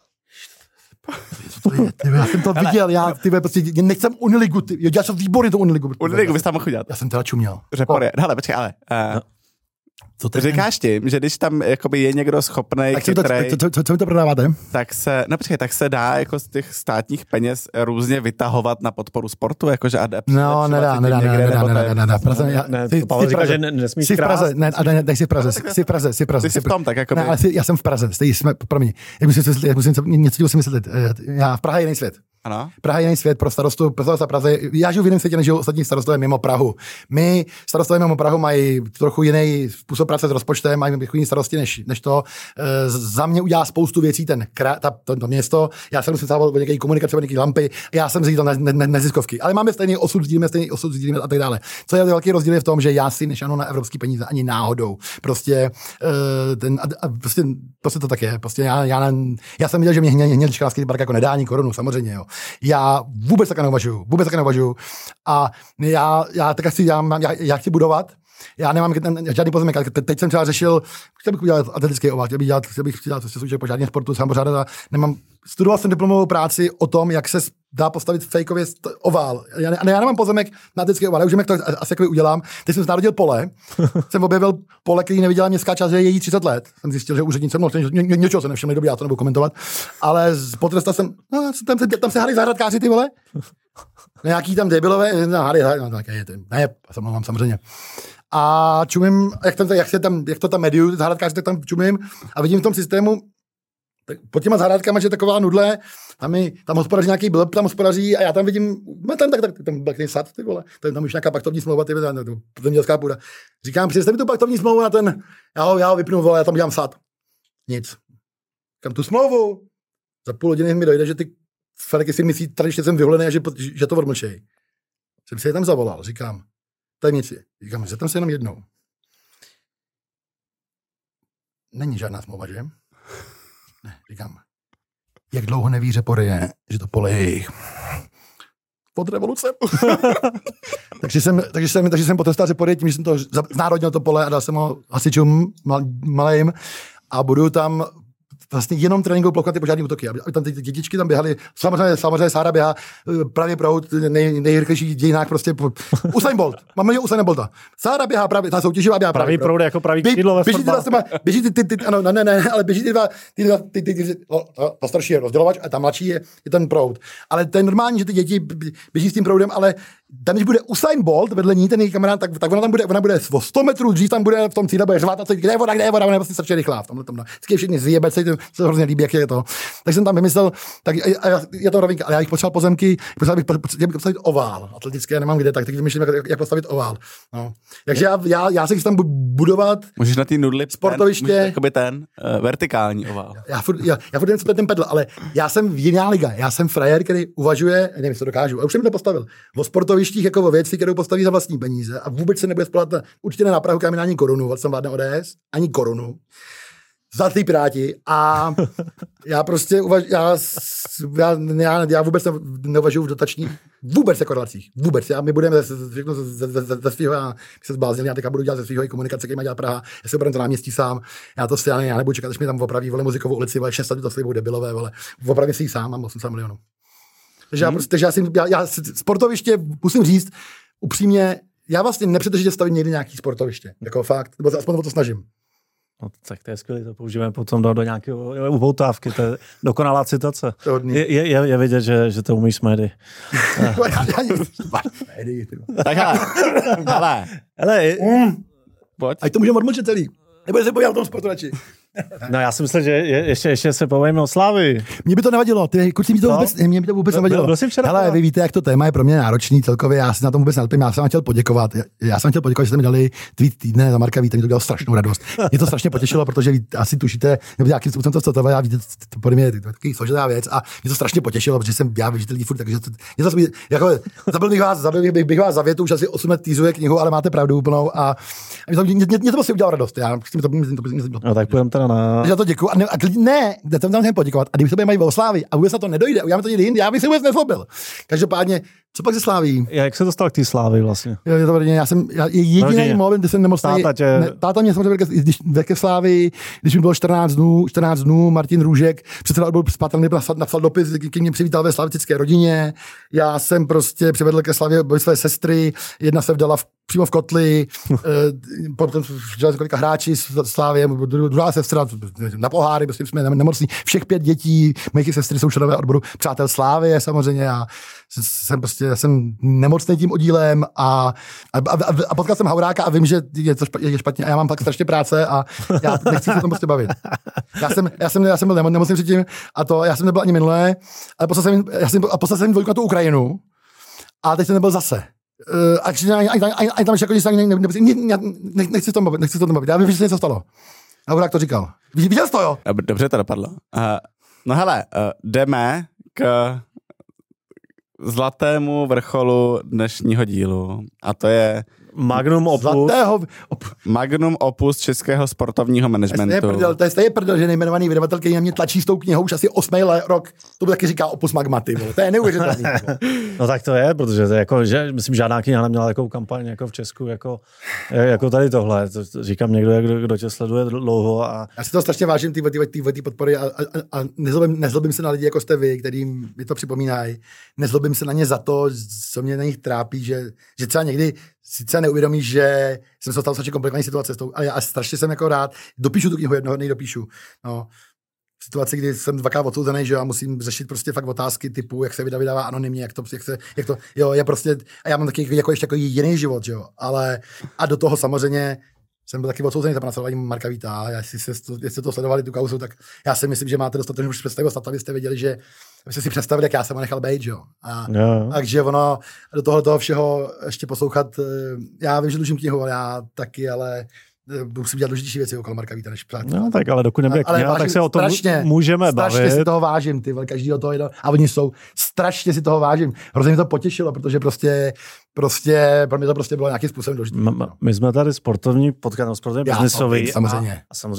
S3: Já jsem to viděl, prostě nechcem Uniligu, já jsem výborný to Uniligu.
S2: Uniligu bys tam mohl udělat.
S3: Já jsem teda čuměl.
S2: Report, hele, počkej, ale... Říkáš tím, že když tam jakoby je někdo schopnej, chytrej,
S3: co mi to prodáváte?
S2: Tak se dá jako z těch státních peněz různě vytahovat na podporu sportu, jakože
S3: no, nedá.
S1: Pavel říká, že nesmíš krást.
S3: Jsi v Praze. Jsi v tom,
S2: tak jakoby.
S3: Ne, ale já jsem v Praze, promiň. Já musím něco si myslet. Já v Praze je jiný svět.
S2: Ano.
S3: Praha je jiný svět pro starostu Praze. Já žiju v jiném světě, než žiju ostatní starostové mimo Prahu. My starostové mimo Prahu mají trochu jiný způsob práce s rozpočtem, mají jiný starosti než to. Za mě udělá spoustu věcí to město. Já jsem musím sávat o nějaké komunikace, o nějaké lampy. Já jsem říkal neziskovky. Ale máme stejný osud, sdílíme a tak dále. Co je velký rozdíl je v tom, že já si nešanu na evropské peníze ani náhodou. Prostě to tak je. Prostě já jsem viděl, že mě Hnědčkářský park jako nedá ani korunu, samozřejmě, jo. Já vůbec také neuvažuju. A já chci budovat. Já nemám žádný pozemek. Teď jsem třeba řešil, chtěl bych udělat atletický oval, chtěl bych dělat soutěž po žádném sportu, sám pořádat. Studoval jsem diplomovou práci o tom, jak se dá postavit fejkově ovál. Já nemám pozemek na atletický oval, já už vím, jak to asi jako udělám. Teď jsem narodil pole, jsem objevil pole, který neviděla městská část, že je jí 30 let. Jsem zjistil, že úředníci něčeho se nevšimli, dobrý, já to nebudu komentovat. Ale potrestal jsem, tam se hádají zahrádkáři, ty vole. Nějaký tam debilové, ne, samozřejmě. A čumím, jak to tam mediují, zahrádkáři, tak tam čumím a vidím v tom systému, tak pod těma zahrádkama, že taková nudle, tam hospodaří nějaký blb, tam hospodaří a já tam vidím, tam byl sad, ty vole, tam už nějaká paktovní smlouva, ty vole, to městská půda. Říkám, přineste mi tu paktovní smlouvu na ten, já ho vypnu, vole, já tam dělám sad. Nic. Kam tu smlouvu? Za půl hodiny mi dojde, že ty Feleky si myslí, tady ještě jsem vyholený a že to odmlčej. Jsem si je tam zavolal, říkám, tajemnici. Říkám, že tam se jenom jednou. Není žádná smlouva, že? Ne, říkám. Jak dlouho neví Repory je, že to pole je jejich. Pod revoluce. takže jsem potrestal Repory tím, že jsem to znárodnil to pole a dal jsem ho hasičům malým a budu tam vlastně jenom tréninkovou plochu na ty požární útoky, aby tam ty dětičky tam běhaly, samozřejmě Sára běhá pravý proud, nejrychlejší dějinách prostě Usain Bolt, máme Usaina Bolta. Sára běhá pravý, ta soutěživá běhá
S1: pravý proud jako pravý křídlo ve fotbale.
S3: Běží ale běží ty ta starší je rozdělovač a ta mladší je ten proud. Ale to je normální, že ty děti běží s tím proudem, ale tam, když bude Usain Bolt vedle ní, ten její kamarád, tak ona bude o 100 metrů dřív tam bude v tom cíle, bude řvát a co, kde je voda, ona je vlastně strašně rychlá v tomhle. Vždycky všichni zjebe, se to hrozně líbí, jak je to. Tak jsem tam vymyslel, tak je to rovinka, ale já bych potřeboval pozemky, bych postavit ovál. Atletické já nemám kde, tak teď vymýšlím, jak postavit ovál. No. Takže já se chystám budovat.
S2: Můžeš na té nudli
S3: sportoviště,
S2: ten vertikální ovál.
S3: Já furt jen ten pedl, ale já jsem jiná liga. Já jsem frajer, který uvažuje, nevím, jestli to dokážu, a už jsem to postavil. O sportovištích jako o věci, kterou postaví za vlastní peníze a vůbec se nebude spolehat určitě ne na Prahu, kam ani korunu, jsem vládne ODS, ani korunu. Zlatý Piráti a já prostě já vůbec neuvažuji v dotačních, vůbec jako relacích, vůbec. My budeme ze svýho, já se zbláznil, já teďka budu dělat ze svýho i komunikace, který má dělat Praha, já se budem to náměstí sám, já nebudu čekat, až mi tam opraví, muzikovou ulici, 6 let to slibou debilové, opravím si ji sám, mám 80 milionů. Takže já sportoviště, musím říct, upřímně, já vlastně nepřetržitě stavím někdy nějaký sportoviště, jako fakt, nebo aspoň o to snažím.
S1: No, tak to je skvělé, to použijeme potom do nějakého upoutávky, to je dokonalá citace. Je vidět, že to umíš s médií.
S2: Tak hele. Pojď.
S3: Ať to můžeme odmlčet celý. Nebude se povídat o tom sportu radši.
S1: No já si myslím, že ještě se povíme o Slávii.
S3: Mně by to nevadilo, mě by to vůbec nevadilo. Hele, vy víte, jak to téma je pro mě náročný celkově, já si na tom vůbec nelpím, já jsem vám chtěl poděkovat. Já jsem chtěl poděkovat, že jste mi dali tweet týdne za Marka Víta, mi to dělalo strašnou radost. Mě to strašně potěšilo, protože vy asi tušíte, nebo nějakým způsobem to citoval, já víte, to pro mě je takový složitá věc a mě to strašně potěšilo, protože jsem já vyžitel furt, takže zabil bych vás za větu, už asi 8 let týzuje knihu, ale máte pravdu úplnou a mě to prostě udělalo radost.
S1: No tak půjdeme teda na...
S3: Já to děkuju. Já tam chtěl poděkovat. A kdyby se mají o Slávii a vůbec na to nedojde, uděláme to někdy jinde, já bych se vůbec nezlobil. Každopádně, co pak se Sláví?
S1: Jak se dostal k té Slávii vlastně?
S3: Já jsem jediný moment, kdy jsem nemocný. Táta mě samozřejmě ke Slávii, když mi bylo 14 dnů, Martin Růžek, předseda odboru spátelný, napsal dopis, který mě přivítal ve slavistické rodině. Já jsem prostě přivedl ke Slavě své sestry, jedna se vdala přímo v kotli, potom dělali několika hráči z Slávie, druhá sestra na poháry, prostě jsme nemocní. Všech 5 dětí, mých sestry jsou členové odboru přátel Slávie samozřejmě. Já jsem nemocný tím oddílem a potkal jsem Hauráka a vím, že je špatně a já mám pak strašně práce a já nechci se o tom prostě bavit. Já jsem byl nemocný předtím a to já jsem nebyl ani minulé, ale poslal jsem dvojku na tu Ukrajinu a teď jsem nebyl zase. Ani tam ještě jako nechci to bavit. Já vím, že se něco stalo. Haurák to říkal. Viděl jsi to, jo?
S2: Dobře to dopadlo. No hele, jdeme k zlatému vrcholu dnešního dílu a to je Magnum opus českého sportovního managementu.
S3: To je prdel, že nejmenovaný vydavatel, který na mě tlačí s tou knihou už asi 8. rok. To by taky říká opus magmaty. To je neuvěřitelný.
S1: No tak to je, protože to je jako, že myslím, žádná kniha neměla takovou kampaň jako v Česku, jako tady tohle. To říkám někdo, kdo tě sleduje dlouho. A... Já
S3: si to strašně vážím, ty podpory a nezlobím se na lidi, jako jste vy, kterým mi to připomínají. Nezlobím se na ně za to, co mě na nich trápí, že třeba někdy sice neuvědomíš, že jsem se dostal strašně komplikovaný situace, ale já strašně jsem jako rád. Dopíšu tu knihu jednoho dne, dopíšu. No. V situaci, kdy jsem 2krát odsouzený, že já musím řešit prostě fakt otázky typu, jak se vydává anonymně, jak to, jo, je prostě, a já mám taky jako ještě jako jiný život, že jo, ale a do toho samozřejmě jsem byl taky odsouzený za pronásledování Marka Víta, jestli to sledovali tu kauzu, tak já si myslím, že máte dostatečnou představu, abyste věděli, že abyste si představili, jak já jsem ho nechal být, jo. Takže ono do toho všeho ještě poslouchat, já vím, že dlužím knihu, ale já taky, ale musím dělat důležitější věci okolo Marka Víta, než přátel.
S1: No tak, ale dokud nebude kniha, tak se o tom můžeme bavit. Strašně
S3: si toho vážím, ty vole, každýho toho jedno. A oni jsou, strašně si toho vážím. Hrozně mě to potěšilo, protože prostě pro mě to prostě bylo nějakým způsobem důležité.
S1: My jsme tady sportovní podcast, sportovní biznisový.
S3: Samozřejmě.
S1: A samozřejmě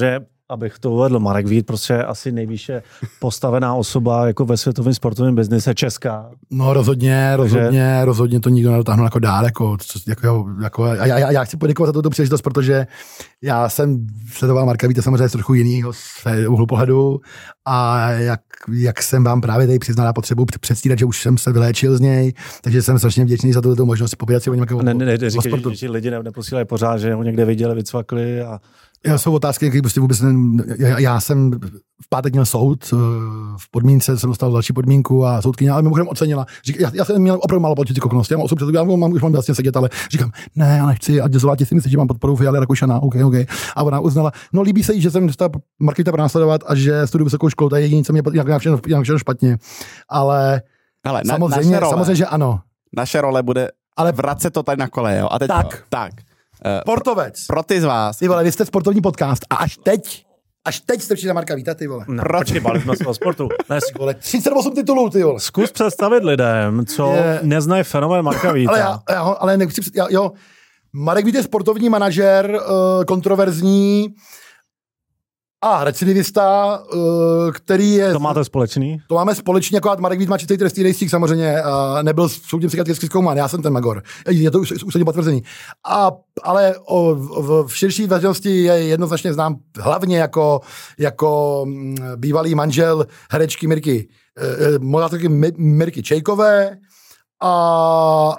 S1: abych to uvedl, Marek Vít prostě je asi nejvýše postavená osoba jako ve světovém sportovním biznise česká.
S3: No rozhodně to nikdo nedotáhnu jako dál. A já chci poděkovat za tuto příležitost, protože já jsem sledoval Marka Víta samozřejmě z trochu jinýho úhlu pohledu a jak jsem vám právě tady přiznal potřebu předstírat, že už jsem se vyléčil z něj, takže jsem strašně vděčný za tuto možnost povídat si o něm
S1: o sportu. Že lidi neposílají pořád, že ho někde viděli, vycvakli a
S3: jsou otázky, které prostě vůbec já jsem v pátek měl soud, v podmínce jsem dostal další podmínku a soudkyně, ale mimochodem ocenila. Já jsem měl opravdu málo politické kouknosti, já mám osobu představu, už mám vlastně sedět, ale říkám, ne, já nechci, a dězová si myslí, že mám podporu Fialy Rakušana, OK. A ona uznala, no líbí se jí, že jsem dostal Marka Víta následovat a že studuju vysokou školu, to je jediné, co mě jinak všechno špatně. Ale samozřejmě, že ano.
S2: Naše role bude vracet to tady na koleje, jo. A teď tak.
S3: Sportovec.
S2: Pro ty z vás.
S3: Ty vole, vy jste sportovní podcast a až teď jste přišli na Marka Víta, ty vole.
S1: No, počkej, bavili jsme se o sportu.
S3: Vole, 38 titulů, ty vole.
S1: Zkus představit lidem, co neznají fenomén Marka Víta.
S3: Ale nechci Marek Vít je sportovní manažer, kontroverzní a recidivista, který je...
S1: To máte společný?
S3: To máme společně, jako Marek Vít má čistý trestný rejstřík samozřejmě, nebyl soudně psychiatricky zkoumán, já jsem ten magor. Je to už potvrzení. Ale v širší veřejnosti je jednoznačně znám hlavně jako bývalý manžel herečky moderátorky Mirky Čejkové a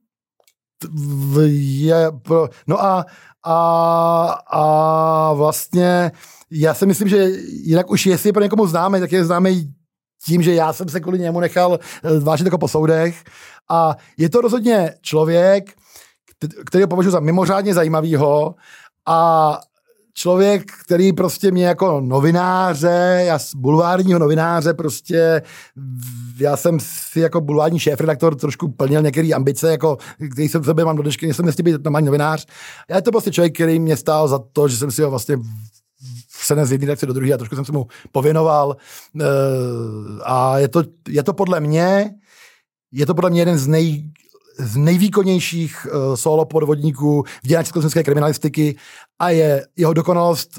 S3: vlastně já si myslím, že jinak už jestli je pro někomu známý, tak je známý tím, že já jsem se kvůli němu nechal vážit jako po soudech a je to rozhodně člověk, který ho považuji za mimořádně zajímavýho a člověk, který prostě mě jako novináře, bulvárního novináře prostě, já jsem si jako bulvární šéfredaktor trošku plnil některé ambice, jako, který jsem v sobě mám do dnešky, nejsem nechtěl být normální novinář. Já je to prostě člověk, který mě stál za to, že jsem si ho vlastně z jedné redakce do druhé a trošku jsem se mu pověnoval. A je to podle mě jeden z nejvýkonnějších solo podvodníků v dějinách československé kriminalistiky a jeho dokonalost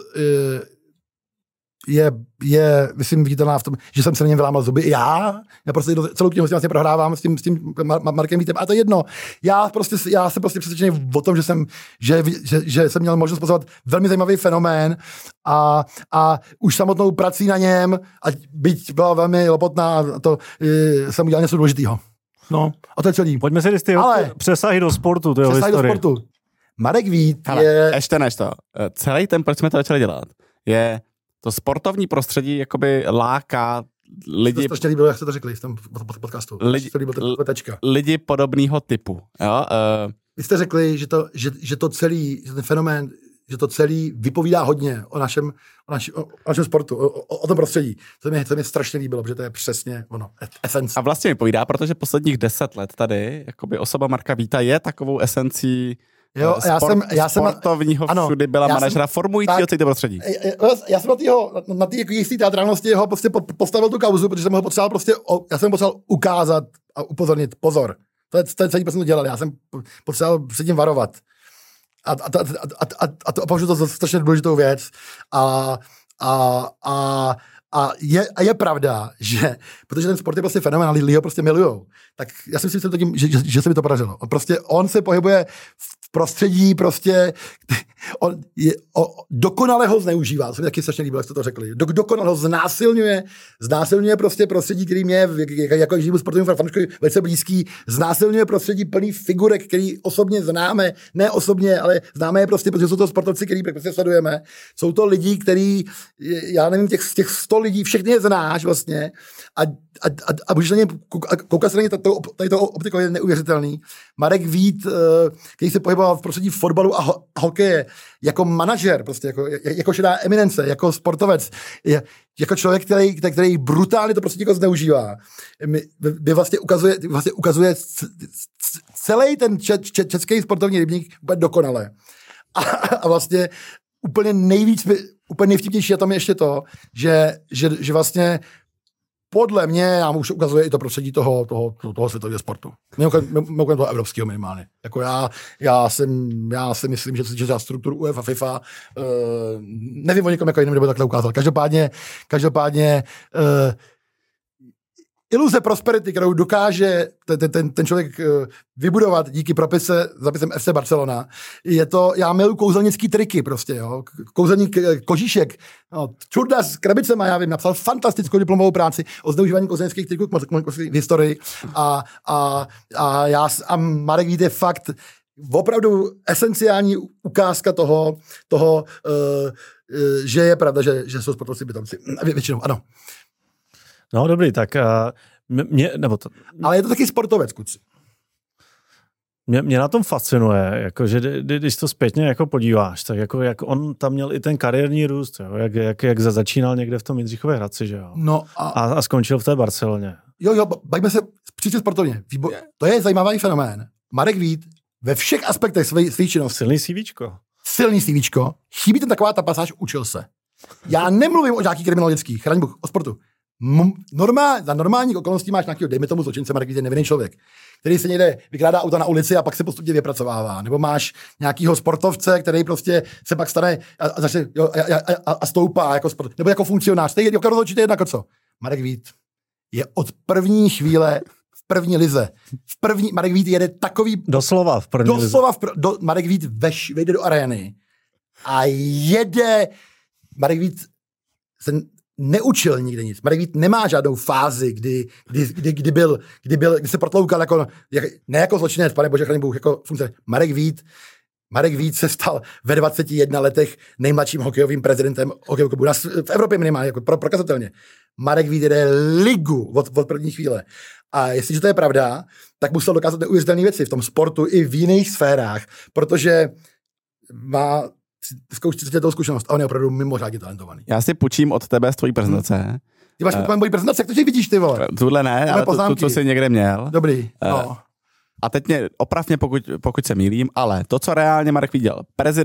S3: je myslím, viditelná v tom, že jsem se na něm vylámal zuby. Já prostě celou knihu vlastně prohrávám s tím Markem Vítem. A to je jedno. Já jsem prostě přesvědčený o tom, že jsem měl možnost pozvat velmi zajímavý fenomén a už samotnou prací na něm, a byť byla velmi lopotná, to jsem udělal něco důležitého. No, a to je celý.
S1: Pojďme si ty přesahy do sportu, to je historie.
S3: Marek Vít
S2: Ještě než to. Celý ten, proč jsme to začali dělat, je to sportovní prostředí jakoby láká lidi...
S3: To strašně líbilo, jak jste to řekli v tom podcastu.
S2: Lidi podobného typu. Jo?
S3: Vy jste řekli, že to celý, že ten fenomén, že to celý vypovídá hodně o našem sportu, o tom prostředí. To mě strašně líbilo, protože to je přesně ono, esence.
S2: A vlastně mi povídá, protože posledních 10 let tady jakoby osoba Marka Víta je takovou esencí sportovního všudy byla manažera formujícího celý to prostředí.
S3: Já jsem na té jistý teatrálnosti jeho prostě postavil tu kauzu, protože jsem ho potřeboval já jsem potřeboval ukázat a upozornit, pozor. To je celý, co jsem to dělal. Já jsem potřeboval před tím varovat. A to považuji to za strašně důležitou věc. A je pravda, že protože ten sport je prostě fenomén, lidi ho prostě milujou, tak já si myslím, že se mi to podařilo. On se pohybuje v prostředí prostě, dokonale ho zneužívá, to mi taky strašně líbilo, jak jste to řekli. Dokonale ho znásilňuje prostě prostředí, který mě jako živu sportovnímu fanouškovi velice blízký, znásilňuje prostředí plný figurek, který osobně známe, ne osobně, ale známe je prostě, protože jsou to sportovci, který prostě sledujeme. Jsou to lidi, který, já nevím, těch 100 lidí, všechny je znáš vlastně a můžeš na ně koukat se na ně, tady to optikou je neuvěřitelný. Marek Vít, který se pohyboval v prostředí fotbalu a hokeje, jako manažer, prostě jako šedá eminence, jako sportovec, jako člověk, který brutálně to prostě jako zneužívá. Vlastně ukazuje celý ten český sportovní rybník úplně dokonale. A vlastně úplně nejvtipnější a tam je ještě to, že vlastně podle mě nám už ukazuje i to prostředí toho světového sportu. Mimochodem toho evropského minimálně. Jako já si myslím, že za strukturu UEFA, FIFA, nevím o někom jako jiném, kdo by takhle ukázal. Každopádně iluze prosperity, kterou dokáže ten člověk vybudovat díky zapisem FC Barcelona, je to, já miluji kouzelnický triky prostě, jo. Kouzelník Kožíšek, no, čurda s krabicema, já vím, napsal fantastickou diplomovou práci o zneužívání kouzelnických triků v historii a Marek Vít je fakt opravdu esenciální ukázka toho že je pravda, že jsou sportovci bytomci. Většinou, ano.
S1: No dobrý, tak
S3: ale je to taky sportovec, kuci.
S1: Mě na tom fascinuje, jako, že když to zpětně jako podíváš, tak jako, jak on tam měl i ten kariérní růst, jo, jak začínal někde v tom Jindřichově Hradci, že jo?
S3: No
S1: a skončil v té Barceloně.
S3: Jo, bavíme se příště sportovně. To je zajímavý fenomén. Marek Vít ve všech aspektech své činnosti. Silný CVčko. Chybí tam taková ta pasáž, učil se. Já nemluvím o nějaký kriminalistický, chraň Bůh, o sportu. Za normálních okolností máš nějakého, dejme tomu zločince, Marek Vít je nevinný člověk, který se někde vykrádá auta na ulici a pak se postupně vypracovává. Nebo máš nějakého sportovce, který prostě se pak stane a stoupá jako sport, nebo jako funkcionář. Stejně jako rozhodčí, jako co. Marek Vít je od první chvíle v první lize. Marek Vít jede takový...
S1: Doslova v první lize.
S3: Marek Vít vejde do arény a jede... Marek Vít se neučil nikde nic. Marek Vít nemá žádnou fázi, kdy se protloukal ne jako zločinec, pane bože, chraň Bůh, jako funkce. Marek Vít se stal ve 21 letech nejmladším hokejovým prezidentem hokejového klubu. V Evropě minimálně, jako prokazatelně. Marek Vít jede ligu od první chvíle. A jestliže to je pravda, tak musel dokázat neuvěřitelné věci v tom sportu i v jiných sférách, protože má 30letou zkušenost a on je opravdu mimořádně talentovaný.
S2: Já si půjčím od tebe z tvojí prezentace.
S3: Ty máš moji prezentaci, jak to že vidíš, ty vole?
S2: Tuhle ne, ale tu, co jsi někde měl.
S3: Dobrý, no.
S2: A teď mě opravně, pokud se mýlím, ale to, co reálně Marek viděl,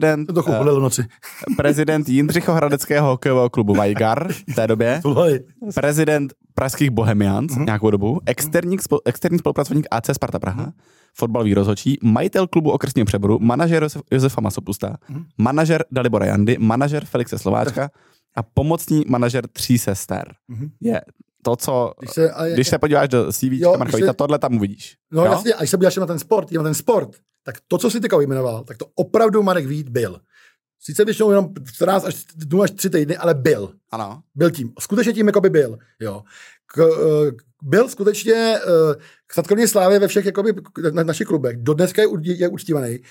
S2: prezident Jindřichohradeckého hokejového klubu Vajgar v té době, prezident pražských Bohemians nějakou dobu, externí spolupracovník AC Sparta Praha, fotbalový rozhodčí, majitel klubu okresního Přeboru, manažer Josefa Masopusta, manažer Dalibora Jandy, manažer Felixe Slováčka a pomocný manažer 3 sester. Je to, co, když se podíváš do CVčka Marka Víta, tohle tam uvidíš.
S3: No jasně, a když se podíváš na ten sport, tak to, co jsi teďka vyjmenoval, tak to opravdu Marek Vít byl. Sice většinou jenom 14 až 3 týdny, ale byl.
S2: Ano.
S3: Byl tím. Skutečně tím, jako by byl. Jo. Byl skutečně kromě slávy ve všech jakoby, na našich klubech. Do dneska je uctívaný.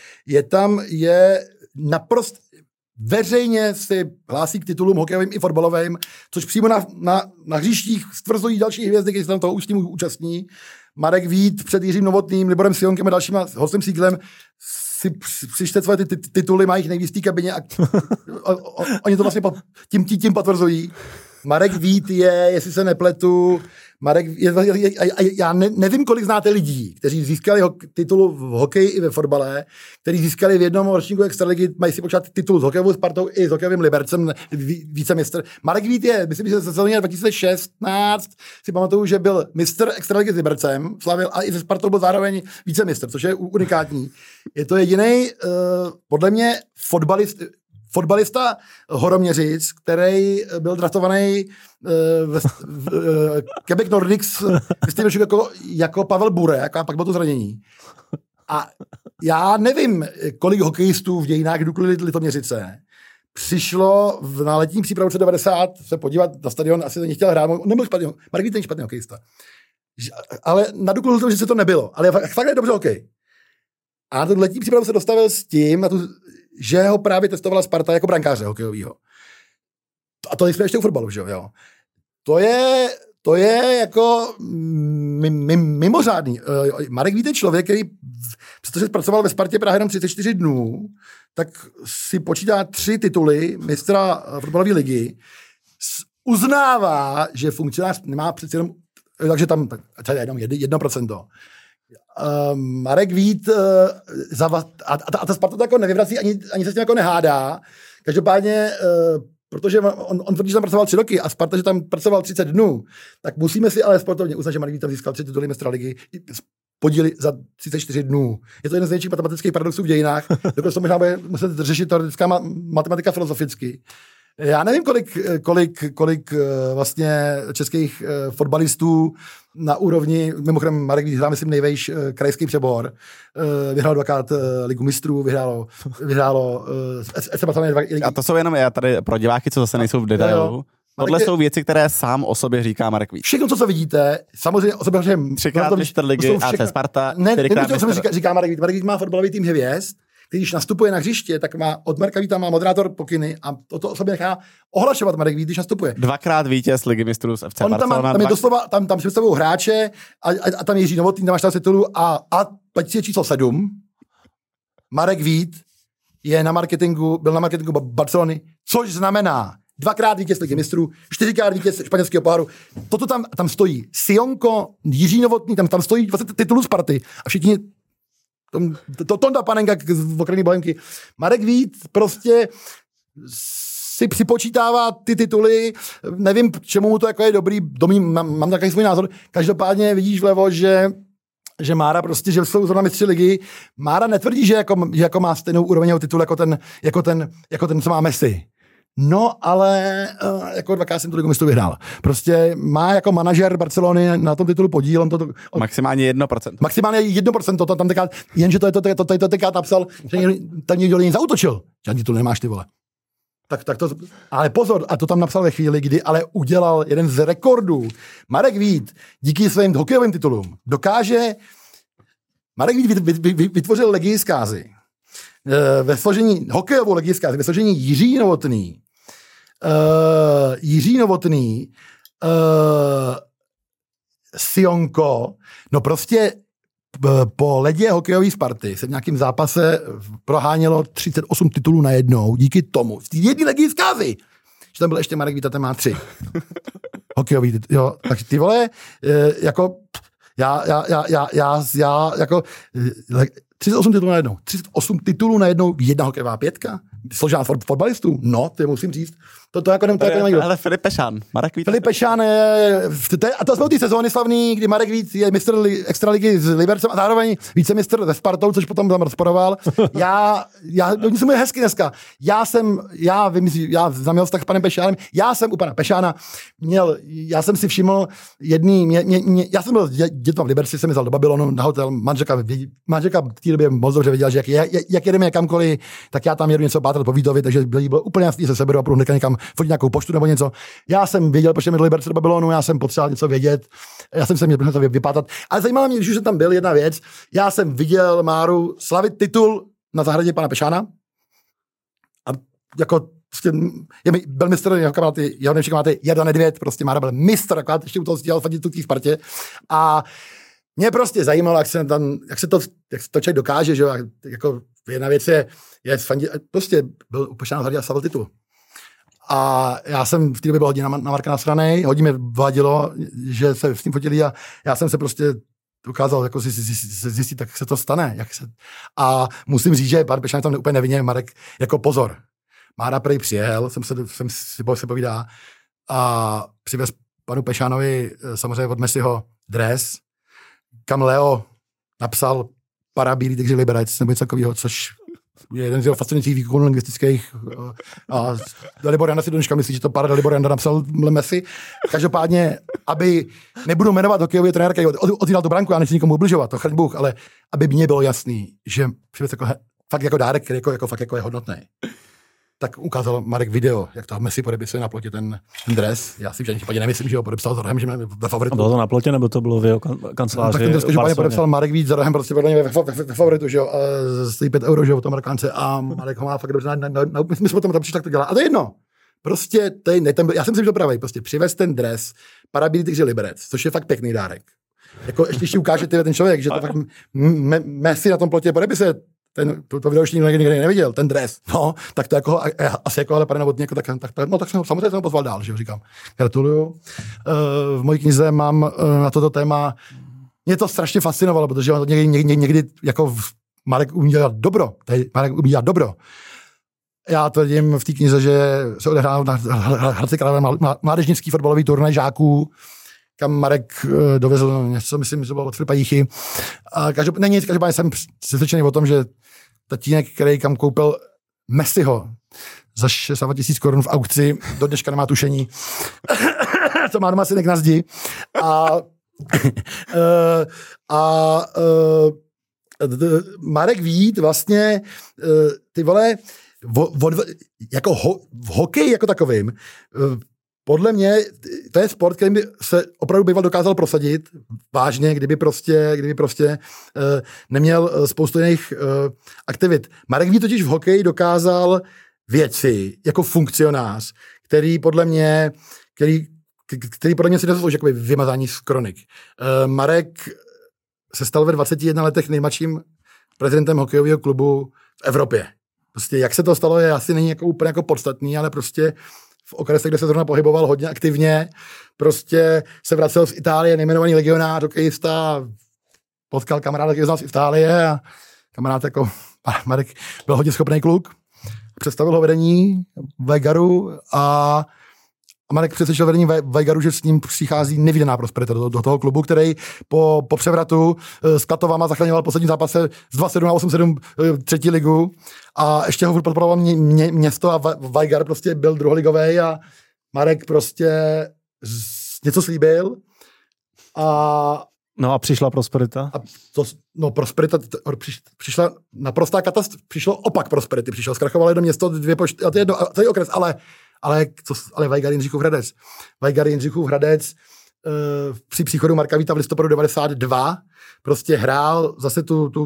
S3: Je naprosto veřejně si hlásí k titulům hokejovým i fotbalovým, což přímo na hřištích stvrzují další hvězdy, kteří se tam toho už s tím účastní. Marek Vít před Jiřím Novotným, Liborem Sionkem a dalšíma hostem Síglem si přičte svoje tituly, mají jich nejvíc v té kabině a oni to vlastně tím potvrzují. Marek Vít je, jestli se nepletu, já nevím, kolik znáte lidí, kteří získali titul v hokeji i ve fotbale, kteří získali v jednom ročníku extraligy, mají si počítat titul s hokejovou Spartou i s hokejovým Libercem, vícemistr. Marek Vít je, myslím, že se sezóně 2016 si pamatuju, že byl mistr extraligy s Libercem, slavil a i se Spartou byl zároveň vícemistr, což je unikátní. Je to jediný, podle mě, fotbalista Horoměřic, který byl draftovaný v Quebec Nordics jako Pavel Burek a pak bylo to zranění. A já nevím, kolik hokejistů v dějinách Dukly Litoměřice přišlo na letní přípravu 90 se podívat na stadion, asi to nechtěl hrát, nebyl špatný, Marek Vít není špatný hokejista. Ale na Duklu Litoměřice to nebylo, ale fakt je dobře hokej. A na tu letní přípravu se dostavil s tím, že ho právě testovala Sparta jako brankáře hokejovýho. A to jsme ještě u fotbalu, že jo? To je jako mimořádný. Marek Vít je člověk, který, přestože pracoval ve Spartě Praha jenom 34 dnů, tak si počítá 3 tituly mistra fotbalové ligy, uznává, že funkcionář nemá přeci jenom, takže tam jenom 1%. Marek Vít a ta Sparta to jako nevyvrací, ani se s tím jako nehádá. Každopádně protože on tvrdí, že tam pracoval 3 roky a Sparta, že tam pracoval 30 dnů, tak musíme si ale sportovně uznat, že Marek Vít tam získal 3 tituly mistra ligy, podíly za 34 dnů. Je to jeden z největších matematických paradoxů v dějinách, dokonce to možná bude muset řešit teoretická matematika filozoficky. Já nevím, kolik vlastně českých fotbalistů na úrovni, mimochodem Marek Vít hrál, myslím, nejvejš krajský přebor, vyhrál 2krát Ligu mistrů, vyhrálo
S2: a to jsou jenom tady pro diváky, co zase nejsou v detailu. Tohle jsou věci, které sám o sobě říká Marek Vít.
S3: Všechno, co vidíte, samozřejmě o sobě, že
S2: 3krát mistr ligy, AC Sparta, 4krát mistr.
S3: Říká Marek Vít. Marek Vít má fotbalový tým hvězd, když nastupuje na hřiště, tak má od Marka Víta má moderátor pokyny a to o sobě nechá ohlašovat Marek Vít, když nastupuje.
S2: 2krát vítěz Ligy mistrů z FC Barcelona.
S3: Tam je doslova, tam si představují hráče a tam Jiří Novotný, tam máš tam titulu a je číslo 7. Marek Vít byl na marketingu Barcelony, což znamená 2krát vítěz Ligy mistrů, 4krát vítěz španělského poháru. Toto tam stojí Sionko, Jiří Novotný, tam stojí 20 titulů Sparty a všichni Tonda Panenka v okrajní Bohemky. Marek Vít prostě si připočítává ty tituly, nevím, k čemu mu to jako je dobrý, mám takový svůj názor. Každopádně vidíš vlevo, že Mára prostě, že jsou zrovna mistři ligy. Mára netvrdí, že jako má stejnou úroveň titul jako ten, co má Messi. No, ale jako 2krát jsem tu Ligu mistrů vyhrál. Prostě má jako manažer Barcelony na tom titulu podíl.
S2: Maximálně 1%.
S3: Maximálně 1%, to tam teďka, jenže to teďka napsal, že tam někdo něj zautočil. Žádný titul nemáš, ty vole. Tak to, ale pozor, a to tam napsal ve chvíli, kdy ale udělal jeden z rekordů. Marek Vít díky svým hokejovým titulům dokáže, Marek Vít vytvořil Legii zkázy. Ve složení hokejovou Legii zkázy, ve složení Jiří Novotný, Sionko, no prostě po ledě hokejové Sparty se v nějakém zápase prohánělo 38 titulů najednou, díky tomu. V té jedné Legii zkázy, že tam byl ještě Marek Vít, ten má 3. Hokejový titul, jo, tak ty vole, jako, já, jako, 38 titulů najednou. 38 titulů najednou, jedna hokejová 5. Složená fotbalistů? No, to musím říct. To jako nemá.
S2: Ale Filip Pešán. Marek Vít.
S3: Filip Pešán a to jsme ty sezóny slavný, kdy Marek Vít je mistr extraligy s Libercem a zároveň vícemistr se Spartou, což potom tam rozporoval. Oni jsou mi hezky dneska. Já jsem měl vztah s panem Pešánem, já jsem u pana Pešána já jsem si všiml já jsem byl dětma v Liberci, jsem jel do Babylonu na hotel, manželka v té době moc dobře věděla, že jak jedeme kamkoliv, tak já tam jedu něco pátrat po Vítovi, takže bylo úplně jasný, že se seberu a půjdu někam fotit nějakou poštu nebo něco. Já jsem věděl, proč jsem do Liberce do Babylonu, já jsem potřeboval něco vědět, já jsem se měl to vypátat. Ale zajímalo mě, když už jsem tam byl, jedna věc, já jsem viděl Máru slavit titul na zahradě pana Pešána a jako byl mistr, jeho nevšichni máte Jarda Nedvěd, prostě Mára byl mistr, akorát ještě u toho stíhal fandit tu Spartě a mě prostě zajímalo, jak se to člověk dokáže, že jako jedna věc je prostě byl u Pešána zahradě a slavil titul. A já jsem v té době byl hodně na Marka nasranej, hodně mě vadilo, že se s tím fotili a já jsem se prostě ukázal jako zjistit, tak se to stane. A musím říct, že pan Pešán tam úplně nevinně, Marek, jako pozor. Mára prej přijel, jsem si povídá a přivez panu Pešánovi samozřejmě od Messiho dres, kam Leo napsal Parabílý tygři Liberec, nebo něco takového, což je jeden z jeho fascinujících výkonů lingvistických. A Dalibor Janda si do dneška myslí, že to Dalibor Janda napsal Messi. Každopádně, aby nebudu jmenovat hokejový trenér, který odzíral tu branku, já nechci nikomu ubližovat, to chraň Bůh, ale aby mně bylo jasný, že jako, fakt jako dárek, který fakt jako je hodnotný. Tak ukázal Marek video, jak to Messi podepisuje na plotě ten dres. Já si v žádném případě nemyslím, že ho podepsal za rohem, že mě ve favoritu.
S1: Bylo to na plotě, nebo to bylo v jeho kanceláři?
S3: Tak ten dres každopádně podepsal Marek Vít za rohem, prostě podle mě ve favoritu, že jo, stojí 5 €, že jo, v tom Amerikánce a Marek ho má fakt dobře, my jsme tam přišli, tak to dělá. A to je jedno. Prostě, já jsem si to pravý, prostě přivez ten dres Parabílý tygři Liberec, což je fakt pěkný dárek. Jako ještě ukáže ten člověk, že to fakt Messi na tom plotě podepisuje. To video už nikdy neviděl, ten dres. No, tak to jako, asi jako, ale pane Novotný, jako, tak jsem samozřejmě jsem ho pozval dál, že jo, říkám. Gratuluju. V mojí knize mám na toto téma, mě to strašně fascinovalo, protože on někdy jako Marek umí dělat dobro. Já tvrdím v té knize, že se odehrál na Hradci Králové mládežnický fotbalový turnaj žáků, kam Marek dovezl něco, myslím, že to bylo od Filipa Jíchy. Každopádně jsem přesvědčený o tom, že tatínek, který kam koupil Messiho za 60 000 korun v aukci, do dneška nemá tušení, co má doma synek na zdi. Marek Vít vlastně, ty vole, jako v hokeji jako takovým, podle mě to je sport, který by se opravdu býval dokázal prosadit vážně, kdyby prostě neměl spoustu jiných aktivit. Marek Vít totiž v hokeji dokázal věci jako funkcionář, který podle mě si nezaslouží jakoby vymazání z kronik. Marek se stal ve 21 letech nejmladším prezidentem hokejového klubu v Evropě. Prostě jak se to stalo, je asi není jako úplně jako podstatný, ale prostě v okresech, kde se zrovna pohyboval hodně aktivně, prostě se vracel z Itálie, nejmenovaný legionář, hokejista, potkal kamaráda, který znal z Itálie a kamarád jako Marek byl hodně schopný kluk, představil ho vedení Vajgaru a Marek přesvědčil vedení Vajgaru, že s ním přichází nevídaná prosperita do toho klubu, který po převratu s Klatovama zachraňoval poslední zápase z 2-7 na 8-7 třetí ligu a ještě ho podporoval město a Vajgar prostě byl druholigovej a Marek prostě něco slíbil a
S1: no a přišla prosperita?
S3: Prosperita přišla naprostá katastrofa, přišlo opak prosperity, zkrachovalo jedno město, to je okres, ale Vajgar Jindřichův Hradec při příchodu Marka Víta v listopadu 92 prostě hrál zase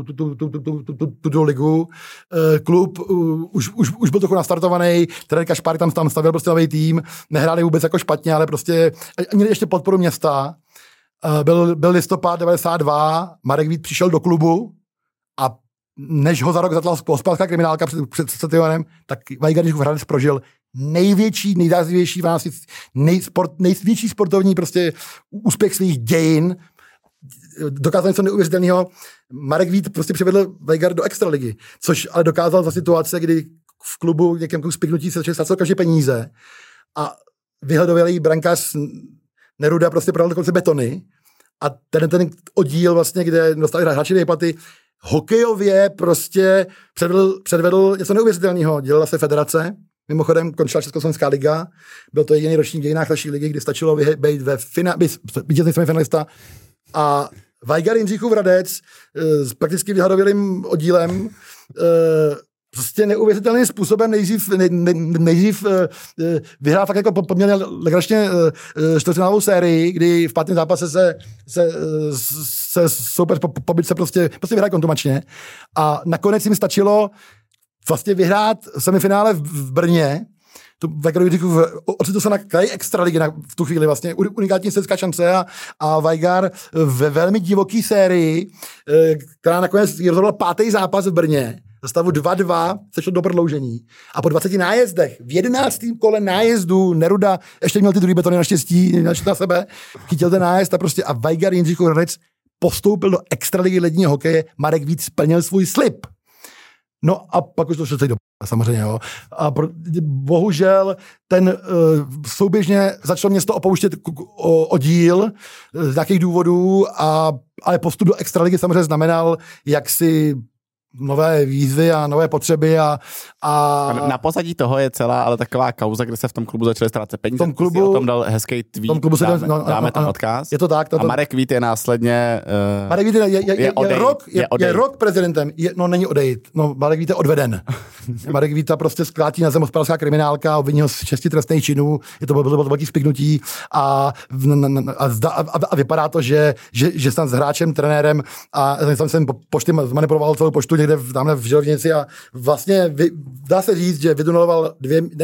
S3: tu ligu. Klub už byl trochu nastartovaný, trenér Kašpárek tam stavil prostě nový tým, nehráli vůbec jako špatně, ale prostě měli ještě podporu města. Byl listopad 92, Marek Vít přišel do klubu a než ho za rok zatlala hospodářská kriminálka před stadionem, tak Vajgar Jindřichův Hradec prožil největší, nejzářivější, největší sportovní prostě úspěch svých dějin. Dokázal něco neuvěřitelného. Marek Vít prostě přivedl Vajgar do extraligy, což ale dokázal za situace, kdy v klubu nějakém spiknutí se ztrácel každé peníze a vyhledovělý brankář Neruda prostě prodal dokonce betony a ten oddíl vlastně, kde dostali hráči výplaty, hokejově prostě předvedl něco neuvěřitelného. Dělala se federace, mimochodem končila Československá liga, byl to jediný ročník v dějinách naší ligy, kdy stačilo být vítězný semifinalista a Vajgar Jindřichův Hradec s prakticky vyhladovělým oddílem prostě neuvěřitelným způsobem nejdřív vyhrál fakt jako poměrně legračně čtvrtfinálovou sérii, kdy v pátém zápase se soupeř po bitce prostě vyhrál kontumačně a nakonec jim stačilo vlastně vyhrát semifinále v Brně. Ocitl se na kraji extraligy v tu chvíli vlastně unikátní světská šance a Vajgar ve velmi divoký sérii, která nakonec rozhodla pátý zápas v Brně, za stavu 2-2 se šlo do prodloužení. A po 20 nájezdech, v 11. kole nájezdu Neruda, ještě měl ty druhý betony naštěstí na sebe, chytil ten nájezd a Vajgar Jindřichův Hradec postoupil do extraligy ledního hokeje, Marek Vít splnil svůj slib. No a pak už to šlo do samozřejmě, jo. A bohužel ten souběžně začalo město opouštět oddíl z nějakých důvodů, ale postup do extraligy samozřejmě znamenal jaksi nové výzvy a nové potřeby a
S2: na pozadí toho je celá ale taková kauza, kde se v tom klubu začaly ztrácet peníze. O tom dal hezký tweet. Dáme tam odkaz.
S3: Je to tak.
S2: A Marek Vít je následně
S3: Marek Vít je rok prezidentem. Není odejít. Marek Vít je odveden. Marek Víta prostě sklátí na zem hospodářská kriminálka, obviní ho z 6 trestných činů. To bylo velký spiknutí a vypadá to, že jsem s hráčem, trenérem a jsem pošty zmanipuloval celou poštu někde tamhle v Železnici a vlastně dá se říct, že vytuneloval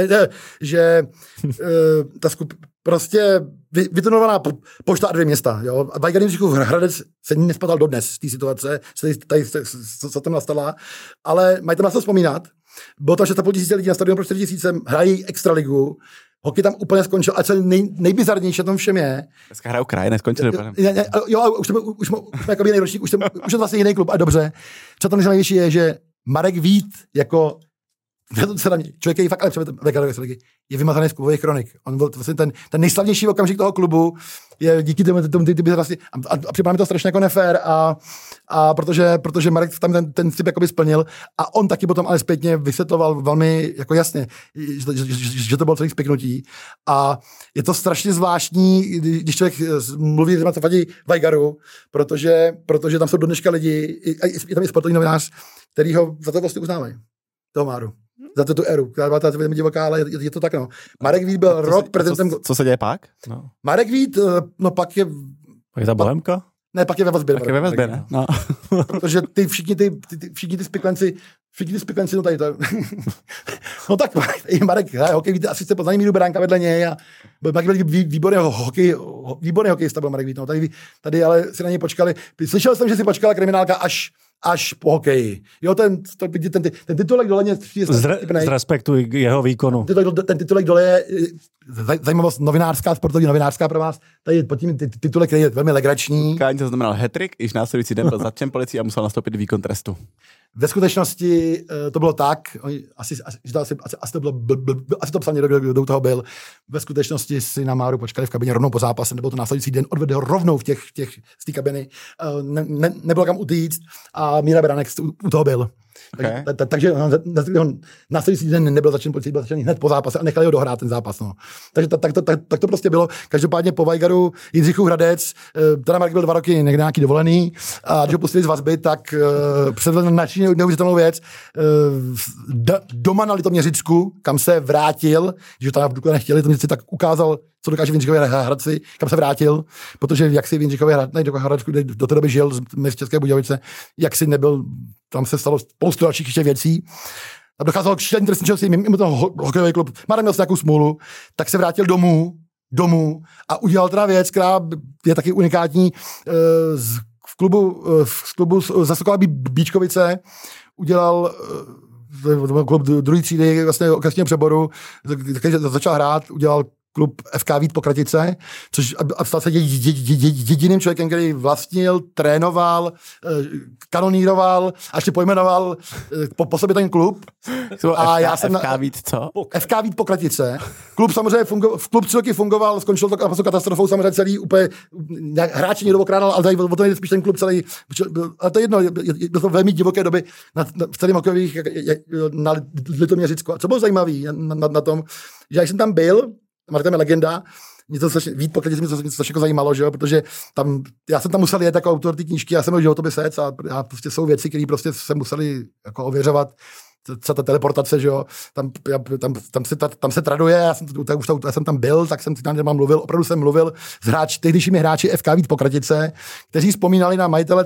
S3: prostě vytunelovaná pošta a 2 města. Jo? A Vajgar Jindřichův Hradec se nespadal dodnes z té situace, co tam nastala, ale mají tam na to vzpomínat. Bylo tam 6,5 tisíce lidí na stadionu pro 4 000, hrají extraligu, hokej tam úplně skončil a co nejbizarnější na tom všem je.
S2: Dneska hrajou kraj, neskončili.
S3: Jo, už jsme jako jiný ročník, už je vlastně jiný klub a dobře. Co tam největší je, že Marek Vít jako člověk, který fakt ale je vymazaný z klubových kronik. On byl vlastně ten nejslavnější okamžik toho klubu, je díky tomu ty vlastně, a připadá mi to strašně jako nefér a protože Marek tam ten slib jakoby splnil a on taky potom ale zpětně vysvětloval velmi jako jasně, že to bylo celý spiknutí a je to strašně zvláštní, když člověk mluví s Vadí Vajgaru, protože tam jsou do dneška lidi, je tam i sportovní novinář, který ho za to vlastně uznávají, toho Máru. Za tu éru, která byla ta divoká, ale je to tak, no. Marek Vít byl rok prezidentem...
S2: Co se děje pak? No.
S3: Marek Vít, no pak je...
S1: Pak je ta Bohemka?
S3: Ne, pak je ve vazbě.
S2: Pak je ve vazbě, ne? No.
S3: Protože všichni ty spiklenci, no tady to... No tak, Marek hraje hokej, víte, asi jste poznají Míru Beránka vedle něj a byl výborný hokejista byl Marek Vít, no tady ale si na něj počkali. Slyšel jsem, že si počkala kriminálka až po hokeji. Jo, ten titulek dole
S1: zrespektuj jeho výkonu.
S3: Ten titulek dole je zajímavost novinářská, sportovní novinářská pro vás. Tady je pod tím titulek, který je velmi legrační.
S2: Káň to znamenal hat-trick, již následující den byl zatčen policií a musel nastoupit výkon trestu.
S3: Ve skutečnosti to bylo tak, asi to psal někdo, kdo u toho byl. Ve skutečnosti si na Máru počkali v kabině rovnou po zápase, nebo to následující den odvedli ho rovnou z té kabiny. Nebylo kam utíct a Míra Beránek u toho byl. Okay. Takže následující den nebyl začen policií, byl začen hned po zápase a nechali ho dohrát ten zápas. No. Takže tak to prostě bylo. Každopádně po Vajgaru Jindřichu Hradec, teda Marek byl 2 roky někde nějaký dovolený a když ho pustili z vazby, tak předvedl naši neuvěřitelnou věc. Doma na Litoměřicku, kam se vrátil, že tam v Dukle nechtěli, to tak ukázal, co dokáže v Jindřichově Hradci, kam se vrátil, protože jak si v Jindřichově Hradci, kde do té doby žil z České Budějovice, jak si nebyl, tam se stalo spoustu dalších ještě věcí. A docházelo k šílení trestní činnosti mimo toho hokejový klub. Marek měl nějakou smůlu, tak se vrátil domů a udělal teda věc, která je taky unikátní. V klubu za Sokola Bíčkovice udělal klub druhé třídy vlastně okresního přeboru, který začal hrát, udělal klub FK Vít Pokratice, což a stal se jediným člověkem, který vlastnil, trénoval, kanoníroval a ještě pojmenoval po sobě ten klub.
S2: A já jsem FK Vít co?
S3: FK Vít Pokratice. Klub samozřejmě klub 3 roky fungoval, skončil to naprosto katastrofou, samozřejmě celý úplně hráči někdo okrádal, ale tady o to nejde spíš ten klub celý. Ale to je jedno, bylo to velmi divoké doby v celém hokejových na Litoměřicku. A co bylo zajímavé na tom, že když jsem tam byl, Marek je legenda, mě to Vít Pokratice mě to strašně zajímalo, že jo, protože já jsem tam musel jet jako autor té knížky, já jsem byl životopisec a prostě jsou věci, které prostě se museli jako ověřovat, ta teleportace, že jo, tam se traduje, já jsem tam byl, tak jsem tam mluvil, opravdu jsem mluvil s tehdejšími hráči FK Vít Pokratice, kteří vzpomínali na majitele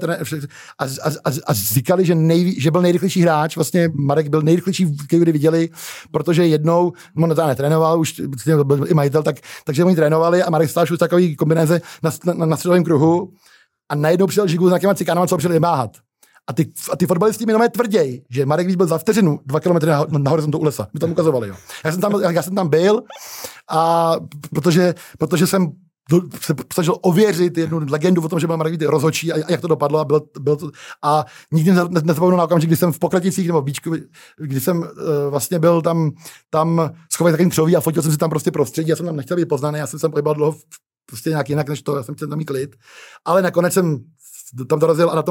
S3: a říkali, že byl nejrychlejší hráč, vlastně Marek byl nejrychlejší, který viděli, protože jednou, on netrénoval, už byl i majitel, takže oni trénovali a Marek stál už takový kombinéze na středovém kruhu a najednou přijel Žigu s nějakýma cikánama, co přijeli vymáhat. A ty fotbalisti mi tvrděj, že Marek Vít byl za vteřinu 2 kilometry na horizontu u lesa. My tam ukazovali, jo. Já jsem tam byl a protože jsem se snažil ověřit jednu legendu o tom, že byl Marek Vít rozhodčí a jak to dopadlo a byl to, a nikdy nezapomenu na okamžik, kdy jsem v Pokraticích nebo v Bíčkovi, kdy jsem vlastně byl tam schovaný takovým třoví a fotil jsem si tam prostě prostředí, já jsem tam nechtěl být poznaný, já jsem se pohyboval dlouho prostě nějak jinak než to, já jsem chtěl tam mít klid, ale nakonec jsem tam dorazil a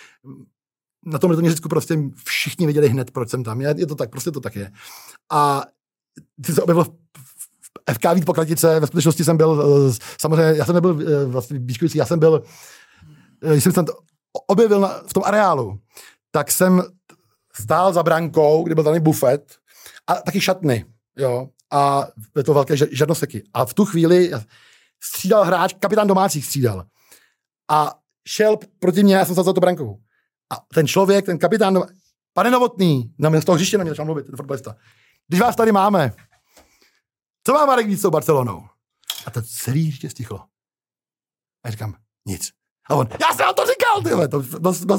S3: na tom Litoměřicku prostě všichni viděli hned, proč jsem tam. Je to tak, prostě to tak je. A ty se objevil v FK Vít Pokratice, ve skutečnosti jsem byl, samozřejmě, já jsem nebyl vlastně Bíčkovicí, já jsem byl, když jsem se objevil v tom areálu, tak jsem stál za brankou, kde byl tady bufet a taky šatny, jo, a je to velké žernoseky. A v tu chvíli střídal hráč, kapitán domácích střídal. A šel proti mně, já jsem stál za to brankou. A ten člověk, ten kapitán, pane Novotný, z toho hřiště na mě začal mluvit, ten fotbalista. Když vás tady máme, co má Marek Vít s tou Barcelonou? A to celý hřiště stichlo. A říkám, nic. A on, já jsem vám to říkal, tyhle, to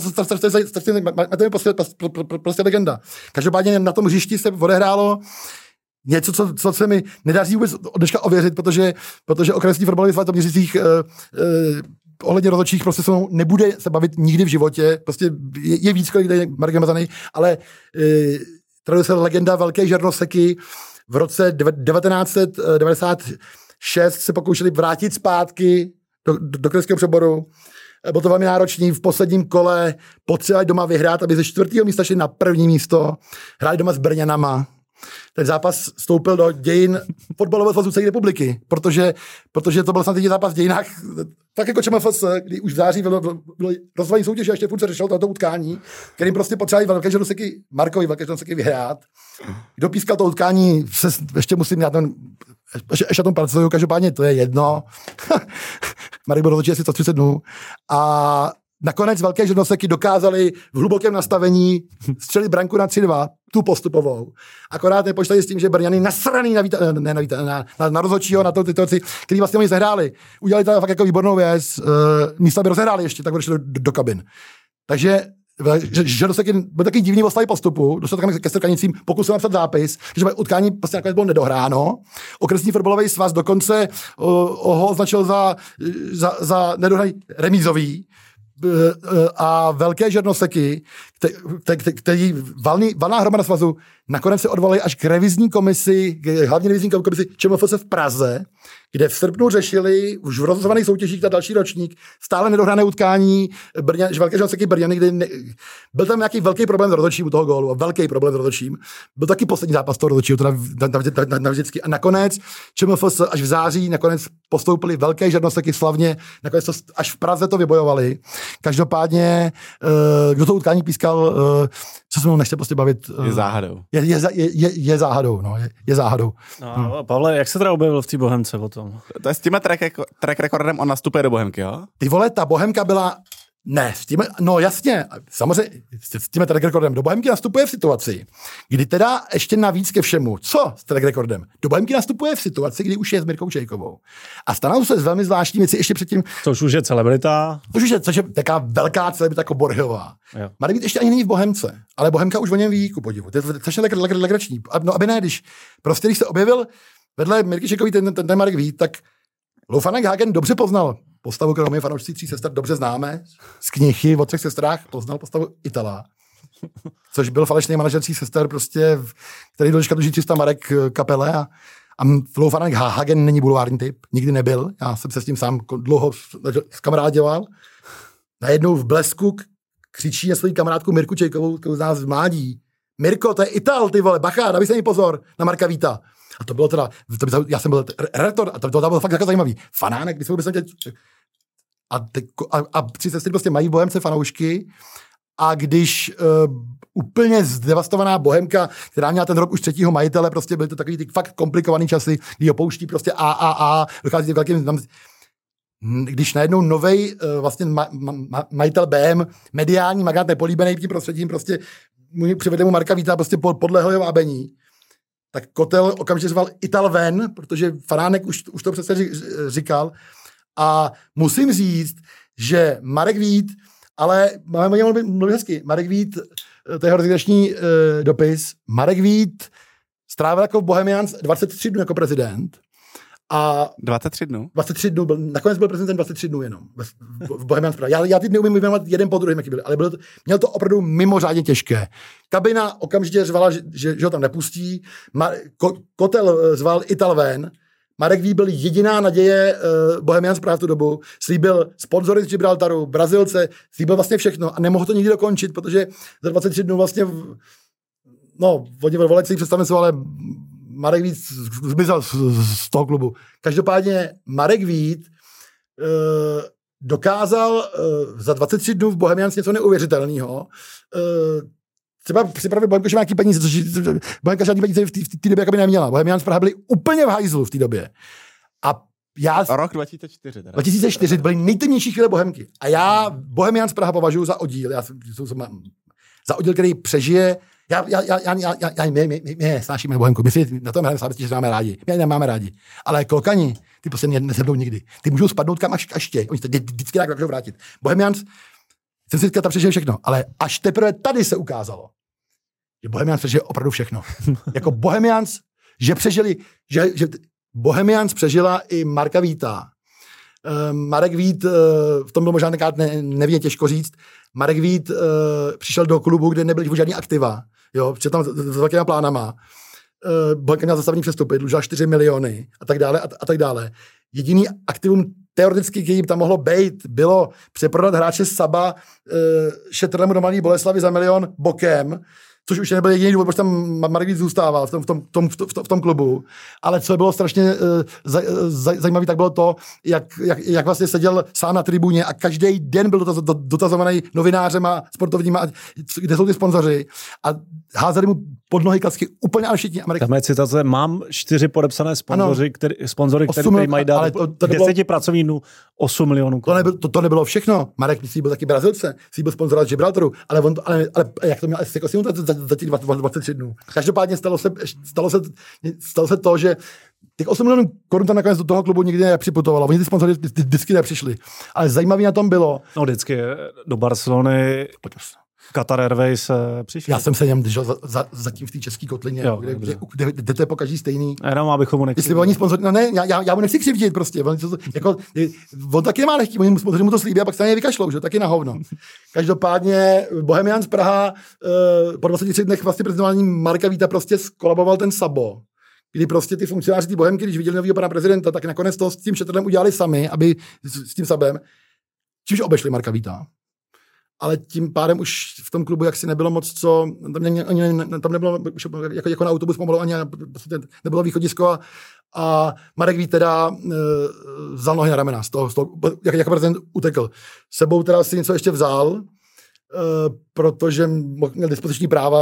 S3: je prostě legenda. Každopádně na tom hřišti se odehrálo něco, co se mi nedaří vůbec od dneška ověřit, protože okresní fotbalový svaz v Měsících ohledně rozhodčích prostě se nebude se bavit nikdy v životě, prostě je víc, kolik je Marek Mazaný, ale traduje se legenda Velké žernoseky. V roce 1996 se pokoušeli vrátit zpátky do krajského přeboru. Bylo to velmi náročný. V posledním kole potřebovali doma vyhrát, aby ze 4. místa šli na 1. místo. Hráli doma s Brňanama. Ten zápas vstoupil do dějin fotbalového svazu celé republiky, protože to byl snad jediný zápas v dějinách, tak jako ČMFS, kdy už v září bylo rozvojení soutěže a ještě furt se řešilo toto utkání, kterým prostě potřebovali Velké žernoseky, Markovi Velké žernoseky vyhrát. Kdo pískal to utkání, ještě musím ještě na tom pracuju, každopádně to je jedno. Marek byl rozhodčí asi 130 dnů. A nakonec Velké žernoseky dokázali v hlubokém nastavení střelit branku na 3-2, tu postupovou. Akorát nepočítali s tím, že Brňany nasraný na rozhodčího, na to situaci, který vlastně oni zahráli. Udělali to fakt jako výbornou věc, místo by rozehráli ještě, tak odešli do kabin. Takže Žernoseky byl taky divný oslavy postupu, došlo tam ke strkanicím, pokusil napsat zápis, že utkání prostě nakonec bylo nedohráno. Okresní fotbalový svaz dokonce ho označil za nedohraný remízový. A Velké žernoseky, který valná hromada svazu, nakonec se odvolali až k revizní komisi, hlavní revizní komisi ČMFS v Praze, kde v srpnu řešili už v rozhlasovaných soutěžích na další ročník stále nedohrané utkání Velké žernoseky Brňany, kdy byl tam nějaký velký problém s rozhodčím u toho gólu a velký problém s rozhodčím. Byl taky poslední zápas toho rozhodčího, teda navždycky. A nakonec ČMFS až v září nakonec postoupili Velké žernoseky slavně, nakonec to, až v Praze to vybojovali. Každopádně, kdo to utkání pískal, co se mnou nechce prostě bavit.
S2: Je záhadou.
S3: Je záhadou, no, je záhadou.
S1: No, Pavle, jak se teda objevil v té Bohemce potom?
S2: To je s tím track recordem on nastupuje do Bohemky, jo?
S3: Ty vole, ta Bohemka byla... Ne, no jasně, samozřejmě s tím track recordem do Bohemky nastupuje v situaci, kdy teda ještě navíc ke všemu, co s track recordem? Do Bohemky nastupuje v situaci, kdy už je s Mirkou Čejkovou. A stanou se s velmi zvláštní věci ještě předtím.
S1: Což už je celebrita.
S3: Což je taková velká celebrita jako Borhová. Marek Vít ještě ani není v Bohemce, ale Bohemka už o něm ví, ku podivu. To je strašně legrační. No aby ne, když se objevil vedle Mirky Čejkový ten Marek Vít, tak Loufanek Hagen dobře poznal postavu, kterou my fanoušci 3 sester dobře známe. Z knihy o 3 sestrách poznal postavu Itala, což byl falešný manažer 3 sester, prostě, který do dneška 300 marek kapele a Loufanek Hagen není bulvární typ, nikdy nebyl. Já jsem se s tím sám dlouho zkamaráděval. Najednou v blesku křičí na svou kamarádku Mirku Čejkovou, kterou z nás v mládí. Mirko, to je Ital, ty vole, bacha, dávej se mi pozor na Marka Víta. A to bylo teda, já jsem byl redaktor a to bylo fakt zajímavý. Fanánek, když jsem a 3 sestry prostě mají v Bohemce fanoušky a když úplně zdevastovaná Bohemka, která měla ten rok už 3. majitele, prostě byly to takový ty fakt komplikovaný časy, kdy opouští prostě dochází k velkým... Když najednou novej vlastně majitel BM, mediální magát nepolíbený tím prostředím, prostě přivedl mu Marka Víta prostě podlehl jeho vábení, tak Kotel okamžitě zval Ital ven, protože Fanánek už to přece říkal. A musím říct, že Marek Vít, ale mluví hezky, Marek Vít, to je jeho rezignační dopis, Marek Vít strávil jako Bohemians 23 dnů jako prezident. A
S2: 23 dnů?
S3: 23 dnů, nakonec byl prezident 23 dnů jenom v Bohemians. Já teď neumím vyjmenovat jeden po druhém, jaký byl, ale měl to opravdu mimořádně těžké. Kabina okamžitě řvala, že ho tam nepustí, Kotel zval Ital ven, Marek Vít byl jediná naděje Bohemians v tu dobu, slíbil sponzory z Gibraltaru, Brazilce, slíbil vlastně všechno a nemohl to nikdy dokončit, protože za 23 dnů vlastně, oni volali celý představenstvo, ale Marek Vít zmizel z toho klubu. Každopádně Marek Vít dokázal za 23 dnů v Bohemians něco neuvěřitelného. Třeba připravit Bohemku nějaký peníze, což Bohemka žádný peníze v té době jakoby neměla. Bohemians Praha byli úplně v hajzlu v té době.
S2: Rok 2004. Teda.
S3: 2004 byly nejtemnější chvíle Bohemky. A já Bohemians Praha považuji za oddíl. Za oddíl, který přežije. My snášíme Bohemku. My si na tom hrajeme sám, že máme rádi. My nemáme rádi. Ale klokani, ty prostě nezebnou nikdy. Ty můžou spadnout kam až tě. Oni se vždycky tak vrátit. Bohemians, jsem si říkal, tam přežije všechno. Ale až teprve tady se ukázalo, že Bohemians přežije opravdu všechno. Jako Bohemians, že přežili, že Bohemians přežila i Marka Víta. Marek Vít, v tom bylo možná nevím, těžko říct, Marek Vít přišel do klubu, kde nebyly žádný aktiva. jo, protože tam s velkýma plánama. Bohemka měla zastavený přestupy, dlužila 4 miliony a tak dále a tak dále. Jediný aktivum teoreticky, který tam mohlo být, bylo přeprodat hráče z Saba Šetrlemu do Mladé Boleslavi za 1 milion bokem, což už nebyl jediný důvod, proč tam Marek Vít zůstával v tom klubu. Ale co bylo strašně zajímavé, tak bylo to, jak vlastně seděl sám na tribuně a každý den byl dotazovaný novinářem a sportovníma, kde jsou ty sponzoři. A házeli mu pod nohy klacky úplně ale všichni.
S1: Tam je citace, mám 4 podepsané sponzory, který mají dát 10 pracovních dnů 8 milionů.
S3: To nebylo všechno. Marek byl taky Brazilce, byl sponzorovat Gibraltaru, ale jak to měl za těch 23 dnů. Každopádně stalo se to, že těch 8 milionů korun tam nakonec do toho klubu nikdy nepřiputovalo. Oni ty sponzory vždycky nepřišli. Ale zajímavý na tom bylo...
S1: No vždycky do Barcelony... Qatar Airways přišli.
S3: Já jsem se něm držel zatím v té české kotlině, kde to je po každý stejný.
S1: Jenom abychom mu
S3: nechci. Oni sponzoři, no ne, já mu nechci křivdit prostě. On taky nemá lehký, oni sponzoři mu to slíbí a pak se na něj vykašlou, že taky na hovno. Každopádně Bohemians Praha po 23 dnech vlastně prezentováním Marka Víta prostě skolaboval ten Sabo. Kdy prostě ty funkcionáři té Bohemky, když viděli nového pana prezidenta, tak nakonec to s tím Šetrlem udělali sami, aby s tím Sabem, čímž obešli Marka Víta. Ale tím pádem už v tom klubu jaksi nebylo moc co, tam nebylo jako na autobus pomalu ani nebylo východisko a Marek Vít teda vzal nohy na ramena, z toho, jako prezident utekl. Sebou teda si něco ještě vzal, protože měl dispoziční práva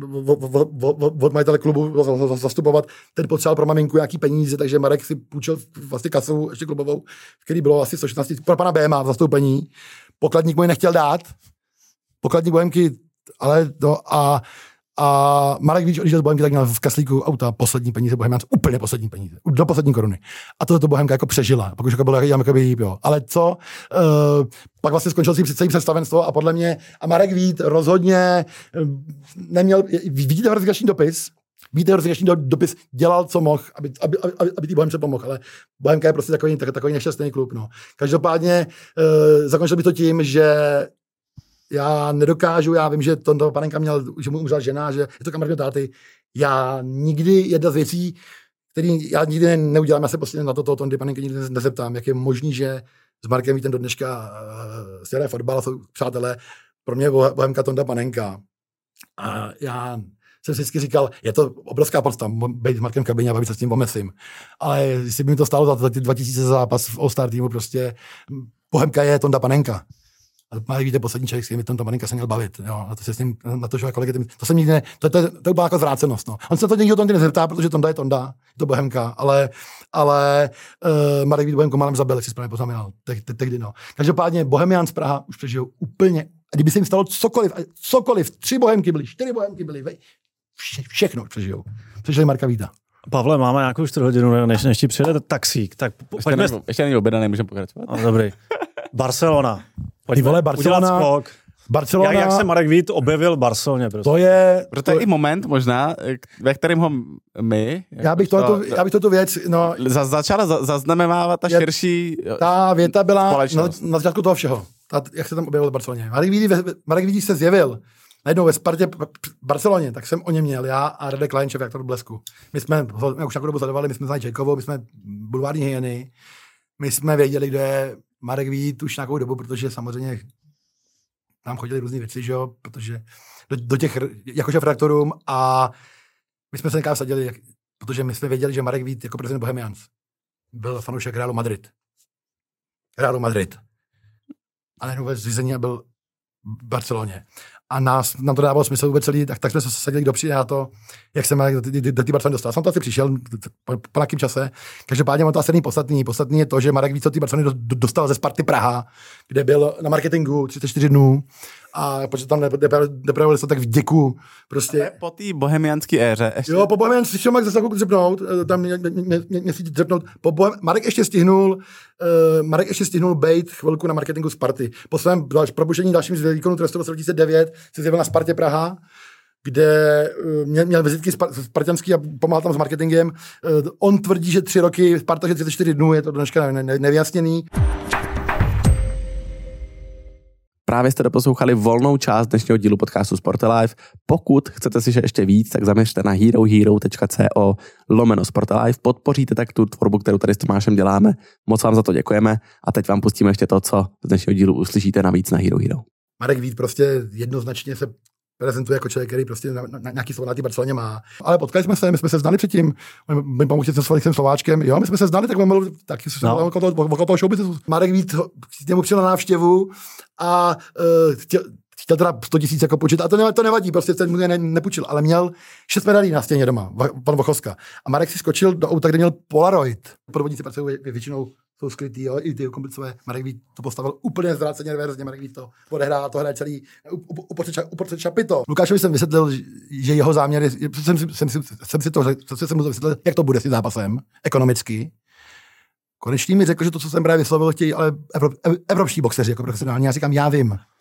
S3: od majitele klubu zastupovat, ten potřeboval pro maminku nějaký peníze, takže Marek si půjčil vlastně kasu ještě klubovou, který bylo asi 116 pro pana Béma v zastoupení. Pokladník mu ji nechtěl dát, pokladník Bohemky, ale to a Marek Víč odjížděl z Bohemky, tak měl v kaslíku auta poslední peníze Bohemians, úplně poslední peníze, do poslední koruny. A to Bohemka jako přežila, pak už jako bylo jo. Ale co, pak vlastně skončil si celý představenstvo a podle mě, a Marek Vít rozhodně neměl, vidíte rezignační dopis, dopis dělal, co mohl, aby tý Bohemce pomohl, ale Bohemka je prostě takový nešťastný klub. No. Každopádně zakončil bych to tím, že já nedokážu, já vím, že Tonda Panenka že mu umřela žena, že je to kamarád táty. Já nikdy, jedna z věcí, který já nikdy neudělám, já se prostě na to Tondy Panenky nikdy nezeptám, jak je možný, že s Markem Vítem do dneška si hraje fotbal, jsou přátelé, pro mě Bohemka Tonda Panenka. A já jsem si vždycky říkal, je to obrovská podsta, být s Markem v kabině a bavit se s tím omesím. Ale jestli by mi to stálo za ty 2000 zápas v All-Star týmu, prostě Bohemka je Tonda Panenka. A víte, poslední člověk, s kterým Tonda Panenka se měl bavit. Jo, a to se s ním, na to, že jako to jsem nikdy to byla jako zvrácenost. No. On se to nikdo Tondy nezeptá, protože Tonda je to Bohemka, ale Marek Vít Bohemku málem zabil, jak si správně poznamenal, tehdy no. Každopádně Bohemians Praha už přežijou úplně, a kdyby se jim stalo cokoliv, 3 Bohemky byly, 4 Bohemky byly, všechno přežijou. Přežili Marka Víta.
S1: Pavle, máme nějakou 4 hodinu, než ti přijede taxík. Tak
S2: ještě není oběda, nemůžeme pokračovat.
S1: No, dobrý. Barcelona.
S3: Pojďme
S1: Barcelona. Barcelona. Jak se Marek Vít objevil v Barceloně? Prostě.
S2: To je i moment možná, ve kterém ho my...
S3: Já bych toto věc... No,
S2: začala zaznamenávat ta širší
S3: ta věta byla
S2: společnost.
S3: Na začátku toho všeho. Jak se tam objevil v Barceloně. Marek Vít se zjevil najednou ve Spartě Barceloně, tak jsem o něm měl já a Radek Lajnčev, jak to do Blesku. My jsme už takovou dobu sledovali, my jsme znali Čajkovou, my jsme bulvární hyeny, my jsme věděli, kde je Marek Vít už nějakou dobu, protože samozřejmě tam chodili různý věci, že jo, protože do těch, jakože redaktorům a my jsme se někam vsadili, protože my jsme věděli, že Marek Vít jako prezident Bohemians byl fanoušek Realu Madrid. A nejenom ve zřízení a byl v Barceloně. A nám to dávalo smysl vůbec celý, tak jsme se sadili, kdo přijde na to, jak se Marek do té Barcelony dostal. Jsem to asi přišel po nějakém čase. Každopádně on to asi není podstatný. Podstatný je to, že Marek Vít do té Barcelony dostal ze Sparty Praha, kde byl na marketingu 34 dnů a protože tam nepravil se tak vděku. Prostě.
S2: Po té bohemianské éře ještě.
S3: Jo, po bohemianské ještě zase dřepnout, tam měsíc dřepnout. Marek ještě stihnul bejt chvilku na marketingu Sparty. Po svém propuštění dalším z výkonu trestu v 2009 se zjevil na Spartě Praha, kde měl vizitky spartanský a pomáhal tam s marketingem. On tvrdí, že 3 roky, Sparta, že 34 dnů, je to dneška nevyjasněný.
S2: Právě jste doposlouchali volnou část dnešního dílu podcastu Sport Alive. Pokud chcete slyšet ještě víc, tak zaměřte na herohero.co/Sport Alive. Podpoříte tak tu tvorbu, kterou tady s Tomášem děláme. Moc vám za to děkujeme a teď vám pustíme ještě to, co z dnešního dílu uslyšíte navíc na Hero Hero.
S3: Marek Vít prostě jednoznačně se prezentuje jako člověk, který prostě na nějaký slovo na té Barceloně má. Ale potkali jsme se znali předtím. My pomohli jsem Slováčkem. Jo, my jsme se znali, tak mluvil taky okolo toho showbiznesu. Marek Vít mu přijel na návštěvu a chtěl teda 100 000 jako počít. A to nevadí, prostě ten mu nepůjčil, ale měl 6 medailí na stěně doma, pan Vochoska. A Marek si skočil do auta, kde měl Polaroid. Podvodníci pracují většinou jsou skrytý, jo, i ty komplicové. Marek Vít to postavil úplně zvráceně reverzně, Marek Vít to odehrál, to hraje celý uprostřed Čapito. Lukášovi jsem vysvětlil, že jeho záměr je, jsem si to vysvětlil, jak to bude s tím zápasem, ekonomicky. Konečně mi řekl, že to, co jsem právě vyslovil, chtějí ale evropští boxeři jako profesionální. Já říkám, já vím.